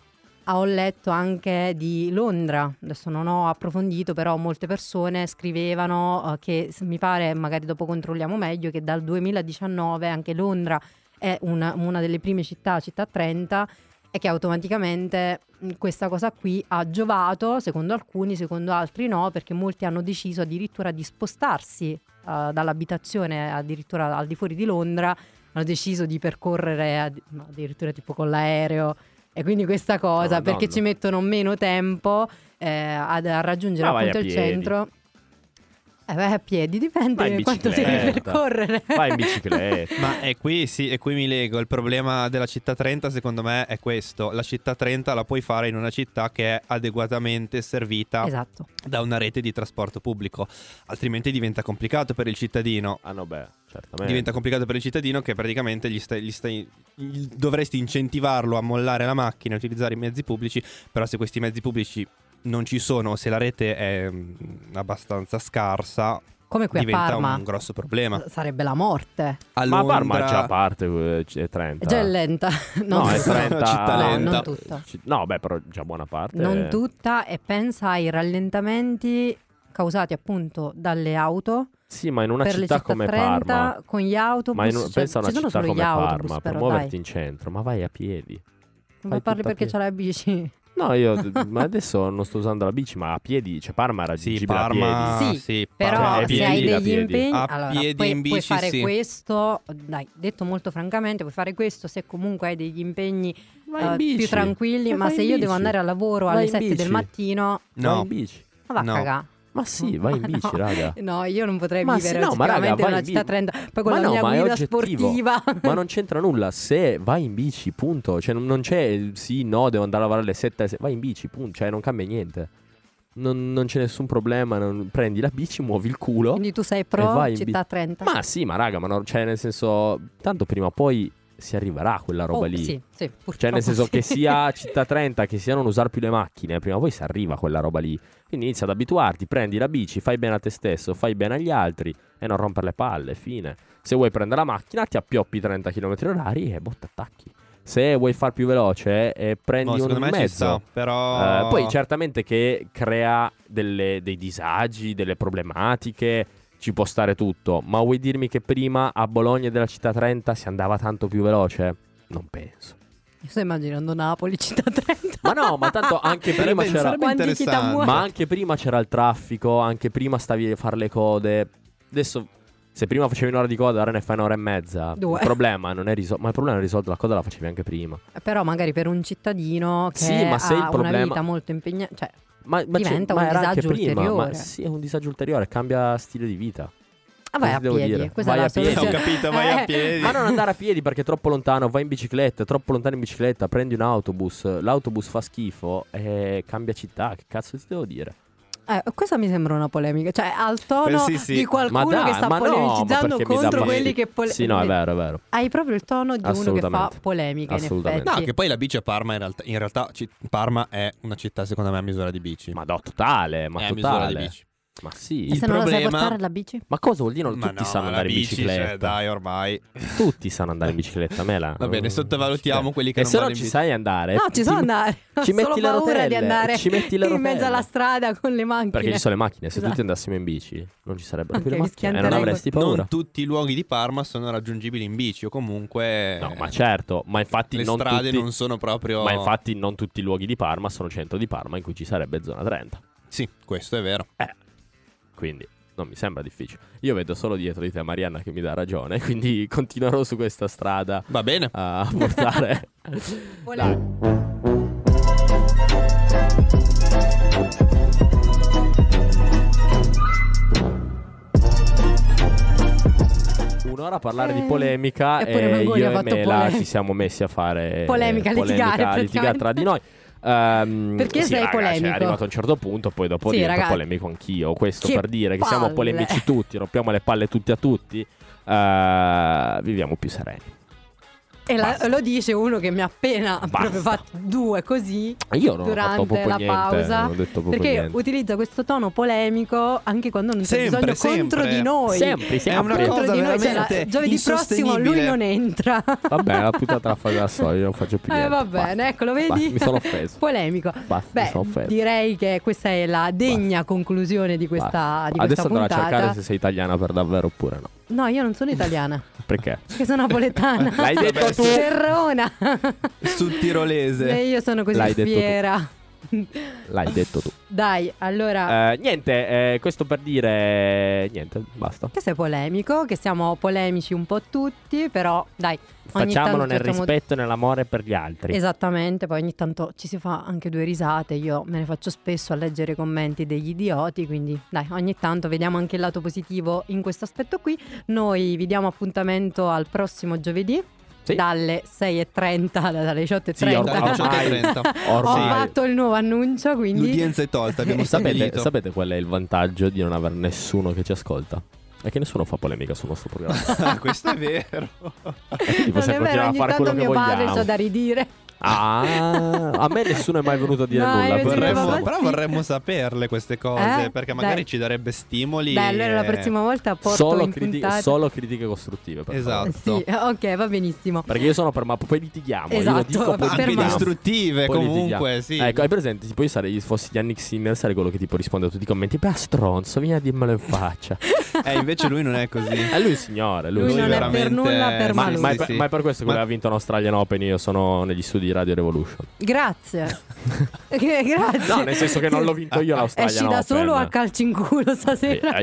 Speaker 2: ho letto anche di Londra, adesso non ho approfondito, però molte persone scrivevano uh, che mi pare, magari dopo controlliamo meglio, che dal duemiladiciannove anche Londra è una, una delle prime città, città Trenta, e che automaticamente questa cosa qui ha giovato, secondo alcuni, secondo altri no, perché molti hanno deciso addirittura di spostarsi uh, dall'abitazione addirittura al di fuori di Londra, hanno deciso di percorrere ad, no, addirittura tipo con l'aereo, e quindi questa cosa,
Speaker 1: Oh,
Speaker 2: perché ci mettono meno tempo eh, ad, a raggiungere
Speaker 1: Ma vai
Speaker 2: appunto
Speaker 1: a
Speaker 2: il
Speaker 1: piedi.
Speaker 2: centro. Eh, vai a piedi,
Speaker 1: Vai
Speaker 2: dipende
Speaker 1: in
Speaker 2: quanto devi
Speaker 1: bicicletta.
Speaker 2: percorrere.
Speaker 1: Vai in bicicletta.
Speaker 4: Ma è qui, sì, e qui mi lego. Il problema della città Trenta, secondo me, è questo. La città Trenta la puoi fare in una città che è adeguatamente servita
Speaker 2: Esatto.
Speaker 4: da una rete di trasporto pubblico. Altrimenti diventa complicato per il cittadino.
Speaker 1: Ah no, beh, certamente.
Speaker 4: Diventa complicato per il cittadino che praticamente gli stai, gli stai, gli- dovresti incentivarlo a mollare la macchina, a utilizzare i mezzi pubblici. Però se questi mezzi pubblici non ci sono, se la rete è mm, abbastanza scarsa,
Speaker 2: Come qui a
Speaker 4: diventa
Speaker 2: Parma.
Speaker 4: un grosso problema.
Speaker 2: Sarebbe la morte.
Speaker 4: A
Speaker 1: Ma a
Speaker 4: Londra,
Speaker 1: Parma già a parte eh, è trenta.
Speaker 2: È già lenta.
Speaker 1: No,
Speaker 2: Non
Speaker 1: è
Speaker 2: tutta.
Speaker 1: trenta.
Speaker 4: città
Speaker 2: No,
Speaker 4: lenta.
Speaker 2: non tutta.
Speaker 1: Ci- No, beh, però già buona parte.
Speaker 2: Non tutta, e pensa ai rallentamenti causati appunto dalle auto
Speaker 1: Sì, ma in una
Speaker 2: per le
Speaker 1: città
Speaker 2: città
Speaker 1: come
Speaker 2: trenta,
Speaker 1: Parma.
Speaker 2: con gli autobus,
Speaker 1: Ma in un-
Speaker 2: cioè,
Speaker 1: pensa a una
Speaker 2: ci sono
Speaker 1: città
Speaker 2: solo gli
Speaker 1: come
Speaker 2: autobus,
Speaker 1: Parma, per
Speaker 2: però
Speaker 1: muoverti
Speaker 2: dai.
Speaker 1: in centro, ma vai a piedi.
Speaker 2: Ma
Speaker 1: Fai
Speaker 2: parli
Speaker 1: tutto a
Speaker 2: perché
Speaker 1: piedi.
Speaker 2: c'è la bici?
Speaker 1: No, io ma adesso non sto usando la bici, ma a piedi, cioè Parma è
Speaker 4: Sì,
Speaker 1: raggiungibile a piedi.
Speaker 4: Parma.
Speaker 2: Sì,
Speaker 4: sì,
Speaker 2: Però
Speaker 4: Parma.
Speaker 1: Cioè,
Speaker 2: se
Speaker 1: piedi
Speaker 2: hai
Speaker 1: da
Speaker 2: degli
Speaker 1: piedi.
Speaker 2: impegni,
Speaker 4: A
Speaker 2: allora,
Speaker 4: piedi
Speaker 2: puoi,
Speaker 4: in
Speaker 2: puoi
Speaker 4: bici,
Speaker 2: fare
Speaker 4: sì.
Speaker 2: questo, dai, detto molto francamente, puoi fare questo se comunque hai degli impegni
Speaker 1: Vai in
Speaker 2: eh,
Speaker 1: bici.
Speaker 2: più tranquilli,
Speaker 1: E
Speaker 2: ma
Speaker 1: vai
Speaker 2: se
Speaker 1: in
Speaker 2: io
Speaker 1: bici.
Speaker 2: devo andare al lavoro
Speaker 1: Vai
Speaker 2: alle
Speaker 1: in
Speaker 2: sette del
Speaker 1: bici.
Speaker 2: mattino,
Speaker 1: Vai
Speaker 4: No.
Speaker 1: in bici.
Speaker 2: ma va
Speaker 4: No.
Speaker 2: a cagà.
Speaker 1: Ma sì, vai in bici,
Speaker 2: No.
Speaker 1: raga.
Speaker 2: No, io non potrei
Speaker 1: Ma
Speaker 2: vivere
Speaker 1: sì, no, ma raga,
Speaker 2: oggettivamente in
Speaker 1: vai
Speaker 2: una
Speaker 1: in
Speaker 2: città
Speaker 1: bi-
Speaker 2: trenta, poi con
Speaker 1: Ma
Speaker 2: la
Speaker 1: no,
Speaker 2: mia
Speaker 1: ma è
Speaker 2: guida
Speaker 1: oggettivo.
Speaker 2: sportiva.
Speaker 1: Ma non c'entra nulla. Se vai in bici, punto. Cioè, non, non c'è sì, no, devo andare a lavorare alle sette. Vai in bici, punto. Cioè, non cambia niente. Non, non c'è nessun problema. Non... Prendi la bici, muovi il culo.
Speaker 2: Quindi tu sei
Speaker 1: E
Speaker 2: pro
Speaker 1: vai in
Speaker 2: città
Speaker 1: bi-
Speaker 2: trenta?
Speaker 1: Ma sì, ma raga, ma non, cioè, nel senso, tanto prima o poi si arriverà a quella roba
Speaker 2: Oh,
Speaker 1: lì.
Speaker 2: sì, sì,
Speaker 1: Cioè, nel
Speaker 2: purtroppo
Speaker 1: senso
Speaker 2: sì.
Speaker 1: che sia città trenta, che sia non usare più le macchine, prima o poi si arriva a quella roba lì. Quindi inizia ad abituarti, prendi la bici, fai bene a te stesso, fai bene agli altri e non rompere le palle, fine. Se vuoi prendere la macchina, ti appioppi trenta chilometri orari e botta attacchi. Se vuoi far più veloce e prendi
Speaker 4: No,
Speaker 1: un
Speaker 4: secondo me ci
Speaker 1: mezzo.
Speaker 4: sta, però
Speaker 1: Eh, poi certamente che crea delle- dei disagi, delle problematiche, ci può stare tutto. Ma vuoi dirmi che prima a Bologna della città trenta si andava tanto più veloce? Non penso.
Speaker 2: Io sto immaginando Napoli, città trenta.
Speaker 1: Ma no, ma tanto anche prima
Speaker 4: Sarebbe-
Speaker 1: c'era...
Speaker 4: sarebbe
Speaker 2: Quanti
Speaker 4: interessante.
Speaker 2: chita muore?
Speaker 1: Ma anche prima c'era il traffico, anche prima stavi a fare le code. Adesso, se prima facevi un'ora di coda, ora ne fai un'ora e mezza.
Speaker 2: Due.
Speaker 1: Il problema non è risolto. Ma il problema è risolto, la coda la facevi anche prima.
Speaker 2: Però magari per un cittadino che
Speaker 1: Sì, ma se
Speaker 2: ha
Speaker 1: il problema-
Speaker 2: una vita molto impegnata, cioè
Speaker 1: Ma, ma, c'è-
Speaker 2: Diventa
Speaker 1: ma
Speaker 2: un
Speaker 1: era anche
Speaker 2: disagio
Speaker 1: prima.
Speaker 2: ulteriore.
Speaker 1: Ma sì, è un disagio ulteriore, cambia stile di vita.
Speaker 2: ah, vai
Speaker 1: Cosa
Speaker 2: a
Speaker 1: devo
Speaker 2: piedi.
Speaker 1: dire?
Speaker 2: Questa
Speaker 1: Vai
Speaker 2: è la
Speaker 1: a piedi.
Speaker 2: soluzione.
Speaker 4: Ho capito, vai a
Speaker 2: Eh,
Speaker 4: piedi.
Speaker 1: Ma non andare a piedi perché è troppo lontano, vai in bicicletta, è troppo lontano in bicicletta, prendi un autobus, l'autobus fa schifo e cambia città, che cazzo ti devo dire?
Speaker 2: Eh, questa mi sembra una polemica, cioè al tono
Speaker 4: Eh, sì, sì.
Speaker 2: di qualcuno
Speaker 1: Ma dai,
Speaker 2: che sta
Speaker 1: ma no, ma
Speaker 2: polemicizzando
Speaker 1: perché mi dà
Speaker 2: contro quelli
Speaker 1: fastidio.
Speaker 2: che pole-
Speaker 1: Sì, no, è vero, è vero.
Speaker 2: Hai proprio il tono di uno che fa
Speaker 1: Assolutamente.
Speaker 2: polemica in
Speaker 1: Assolutamente.
Speaker 2: effetti.
Speaker 4: No, che poi la bici a Parma in realtà, in realtà ci- Parma è una città secondo me a misura di bici.
Speaker 1: Ma no, totale, ma
Speaker 4: è a misura di
Speaker 1: totale.
Speaker 4: bici.
Speaker 1: Ma sì.
Speaker 2: E se non la sai
Speaker 4: problema-
Speaker 2: portare la bici?
Speaker 1: Ma cosa vuol dire? Non
Speaker 4: Ma
Speaker 1: tutti
Speaker 4: no,
Speaker 1: sanno
Speaker 4: la
Speaker 1: andare in
Speaker 4: bici,
Speaker 1: bicicletta.
Speaker 4: cioè, dai, ormai.
Speaker 1: Tutti sanno andare in bicicletta, Mela.
Speaker 4: Va bene,
Speaker 1: Mm,
Speaker 4: sottovalutiamo quelli che
Speaker 1: E
Speaker 4: non
Speaker 1: se non
Speaker 4: vanno in
Speaker 1: ci
Speaker 4: bici.
Speaker 1: sai andare,
Speaker 2: No, ci so
Speaker 1: ti-
Speaker 2: andare. Ho
Speaker 1: ci
Speaker 2: solo
Speaker 1: metti le
Speaker 2: paura
Speaker 1: rotelle,
Speaker 2: di andare
Speaker 1: ci metti le
Speaker 2: in mezzo
Speaker 1: rotelle.
Speaker 2: alla strada con le macchine.
Speaker 1: Perché ci sono le macchine. Se
Speaker 2: Esatto.
Speaker 1: tutti andassimo in bici, non ci sarebbero più
Speaker 2: Ok,
Speaker 1: le
Speaker 2: mi
Speaker 1: macchine. E non
Speaker 2: schianterei
Speaker 1: avresti paura.
Speaker 4: Non tutti i luoghi di Parma sono raggiungibili in bici o comunque
Speaker 1: No, ma certo. Ma infatti
Speaker 4: le
Speaker 1: non
Speaker 4: strade
Speaker 1: tutti...
Speaker 4: non sono proprio.
Speaker 1: Ma infatti non tutti i luoghi di Parma sono centro di Parma in cui ci sarebbe zona trenta.
Speaker 4: Sì, questo è vero.
Speaker 1: Quindi non mi sembra difficile. Io vedo solo dietro di te Marianna che mi dà ragione. Quindi continuerò su questa strada
Speaker 4: Va bene.
Speaker 1: a portare...
Speaker 2: Volevo-
Speaker 1: Dai. Un'ora a parlare di
Speaker 2: Eh,
Speaker 1: polemica
Speaker 2: eppure
Speaker 1: e
Speaker 2: Mengoni
Speaker 1: io
Speaker 2: ha
Speaker 1: e
Speaker 2: fatto
Speaker 1: Mela
Speaker 2: polemica.
Speaker 1: ci siamo messi a fare
Speaker 2: Polemica, litigare,
Speaker 1: a litigare tra
Speaker 2: praticamente.
Speaker 1: di noi. Ehm,
Speaker 2: Perché
Speaker 1: sì,
Speaker 2: sei
Speaker 1: raga,
Speaker 2: polemico?
Speaker 1: Cioè, è arrivato a un certo punto, poi dopo
Speaker 2: Sì,
Speaker 1: divento
Speaker 2: raga.
Speaker 1: polemico anch'io. Questo
Speaker 2: Che
Speaker 1: per dire che siamo
Speaker 2: palle.
Speaker 1: polemici tutti, rompiamo le palle tutti a tutti. eh, viviamo più sereni.
Speaker 2: E la-
Speaker 1: Basta.
Speaker 2: lo dice uno che mi ha appena
Speaker 1: Basta.
Speaker 2: proprio fatto due così
Speaker 1: Io non ho fatto
Speaker 2: durante
Speaker 1: proprio
Speaker 2: la
Speaker 1: niente,
Speaker 2: pausa.
Speaker 1: non ho detto proprio
Speaker 2: Perché
Speaker 1: niente.
Speaker 2: utilizza questo tono polemico anche quando non c'è
Speaker 4: Sempre,
Speaker 2: bisogno contro
Speaker 4: sempre.
Speaker 2: di noi.
Speaker 1: Sempre,
Speaker 4: È una
Speaker 1: sempre.
Speaker 4: cosa
Speaker 2: Contro di noi, cioè, la-
Speaker 4: veramente
Speaker 2: giovedì prossimo lui
Speaker 4: insostenibile.
Speaker 2: non entra.
Speaker 1: Vabbè, la puntata la fate da soli, io non faccio più
Speaker 2: Eh,
Speaker 1: niente.
Speaker 2: va
Speaker 1: Basta.
Speaker 2: bene, ecco, lo
Speaker 1: Basta,
Speaker 2: vedi?
Speaker 1: mi sono offeso.
Speaker 2: Polemico.
Speaker 1: Basta, mi
Speaker 2: Beh,
Speaker 1: sono offeso.
Speaker 2: direi che questa è la degna conclusione di questa,
Speaker 1: Basta.
Speaker 2: di
Speaker 1: Adesso
Speaker 2: questa
Speaker 1: andrò a
Speaker 2: puntata.
Speaker 1: cercare se sei italiana per davvero oppure no.
Speaker 2: No, io non sono italiana,
Speaker 1: Perché?
Speaker 2: perché sono napoletana.
Speaker 1: L'hai detto tu.
Speaker 2: Terrona.
Speaker 4: Sul tirolese.
Speaker 2: E io sono così
Speaker 1: L'hai detto tu.
Speaker 2: fiera.
Speaker 1: L'hai detto tu.
Speaker 2: Dai, allora,
Speaker 1: Eh, niente, eh, questo per dire niente, basta.
Speaker 2: che sei polemico, che siamo polemici un po' tutti, però dai, ogni
Speaker 1: Facciamolo
Speaker 2: tanto
Speaker 1: nel
Speaker 2: cerchiamo di-
Speaker 1: rispetto e nell'amore per gli altri.
Speaker 2: Esattamente, poi ogni tanto ci si fa anche due risate, io me ne faccio spesso a leggere i commenti degli idioti, quindi dai, ogni tanto vediamo anche il lato positivo in questo aspetto qui. Noi vi diamo appuntamento al prossimo giovedì.
Speaker 1: Sì.
Speaker 2: Dalle sei e trenta, dalle diciotto e
Speaker 1: Sì,
Speaker 2: trenta.
Speaker 4: Dalle diciotto e trenta.
Speaker 2: Ho
Speaker 1: Ormai.
Speaker 2: fatto il nuovo annuncio, quindi
Speaker 4: L'udienza è tolta, abbiamo
Speaker 1: Sapete,
Speaker 4: stabilito.
Speaker 1: sapete qual è il vantaggio di non avere nessuno che ci ascolta? È che nessuno fa polemica sul nostro programma.
Speaker 4: Ah, questo è vero.
Speaker 1: E quindi
Speaker 2: non
Speaker 1: possiamo
Speaker 2: è vero,
Speaker 1: continuare a
Speaker 2: ogni
Speaker 1: fare quello
Speaker 2: tanto
Speaker 1: che
Speaker 2: mio padre
Speaker 1: vogliamo.
Speaker 2: c'ha da ridire.
Speaker 1: Ah, a me nessuno è mai venuto a dire
Speaker 2: No,
Speaker 1: nulla.
Speaker 2: io ci
Speaker 4: Vorremmo-
Speaker 2: provo-
Speaker 4: però
Speaker 2: sì.
Speaker 4: vorremmo saperle queste cose,
Speaker 2: Eh?
Speaker 4: perché magari
Speaker 2: Dai.
Speaker 4: ci darebbe stimoli.
Speaker 2: Dai, allora la
Speaker 4: e-
Speaker 2: prossima volta porto
Speaker 1: Solo,
Speaker 2: in
Speaker 1: criti-
Speaker 2: puntata.
Speaker 1: solo critiche costruttive. Per favore.
Speaker 4: Esatto.
Speaker 2: Sì, ok, va benissimo.
Speaker 1: Perché io sono per ma poi litighiamo. Io
Speaker 2: Esatto,
Speaker 1: lo dico, poi
Speaker 2: per
Speaker 4: Anche
Speaker 2: me.
Speaker 1: litighiamo.
Speaker 4: distruttive
Speaker 1: Poi
Speaker 4: comunque,
Speaker 1: litighiamo.
Speaker 4: sì.
Speaker 1: Ecco, hai presente? Tipo io sarei, fossi Yannick Sinner, sarei quello che tipo risponde a tutti i commenti. Beh, stronzo, vieni a dirmelo in faccia.
Speaker 4: Eh, invece lui non è così.
Speaker 1: È lui il signore. Lui,
Speaker 2: Lui
Speaker 1: il
Speaker 2: non
Speaker 1: signore.
Speaker 2: è per nulla per
Speaker 1: Ma,
Speaker 2: Malù.
Speaker 1: ma è
Speaker 4: sì,
Speaker 1: per,
Speaker 4: sì.
Speaker 1: ma è per questo che
Speaker 4: Ma-
Speaker 1: lui ha vinto un Australian Open. Io sono negli studi di Radio Revolution.
Speaker 2: Grazie. Che- Grazie.
Speaker 1: No, nel senso che non l'ho vinto io l'Australian
Speaker 2: Esci
Speaker 1: Open.
Speaker 2: da solo a calci in culo stasera.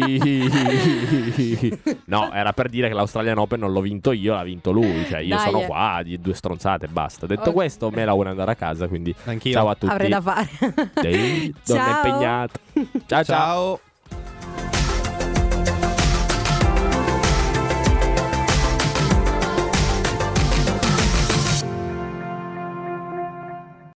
Speaker 1: Eh, No, era per dire che l'Australian Open non l'ho vinto io, l'ha vinto lui. Cioè, io
Speaker 2: Dai,
Speaker 1: sono
Speaker 2: eh.
Speaker 1: qua di due stronzate e basta. Detto
Speaker 2: Ok.
Speaker 1: questo, me la vuole andare a casa. Quindi
Speaker 4: Anch'io.
Speaker 1: ciao a tutti.
Speaker 2: Avrei da fare.
Speaker 1: Dei, donna
Speaker 2: Ciao.
Speaker 1: impegnata. Ciao ciao.
Speaker 4: Ciao.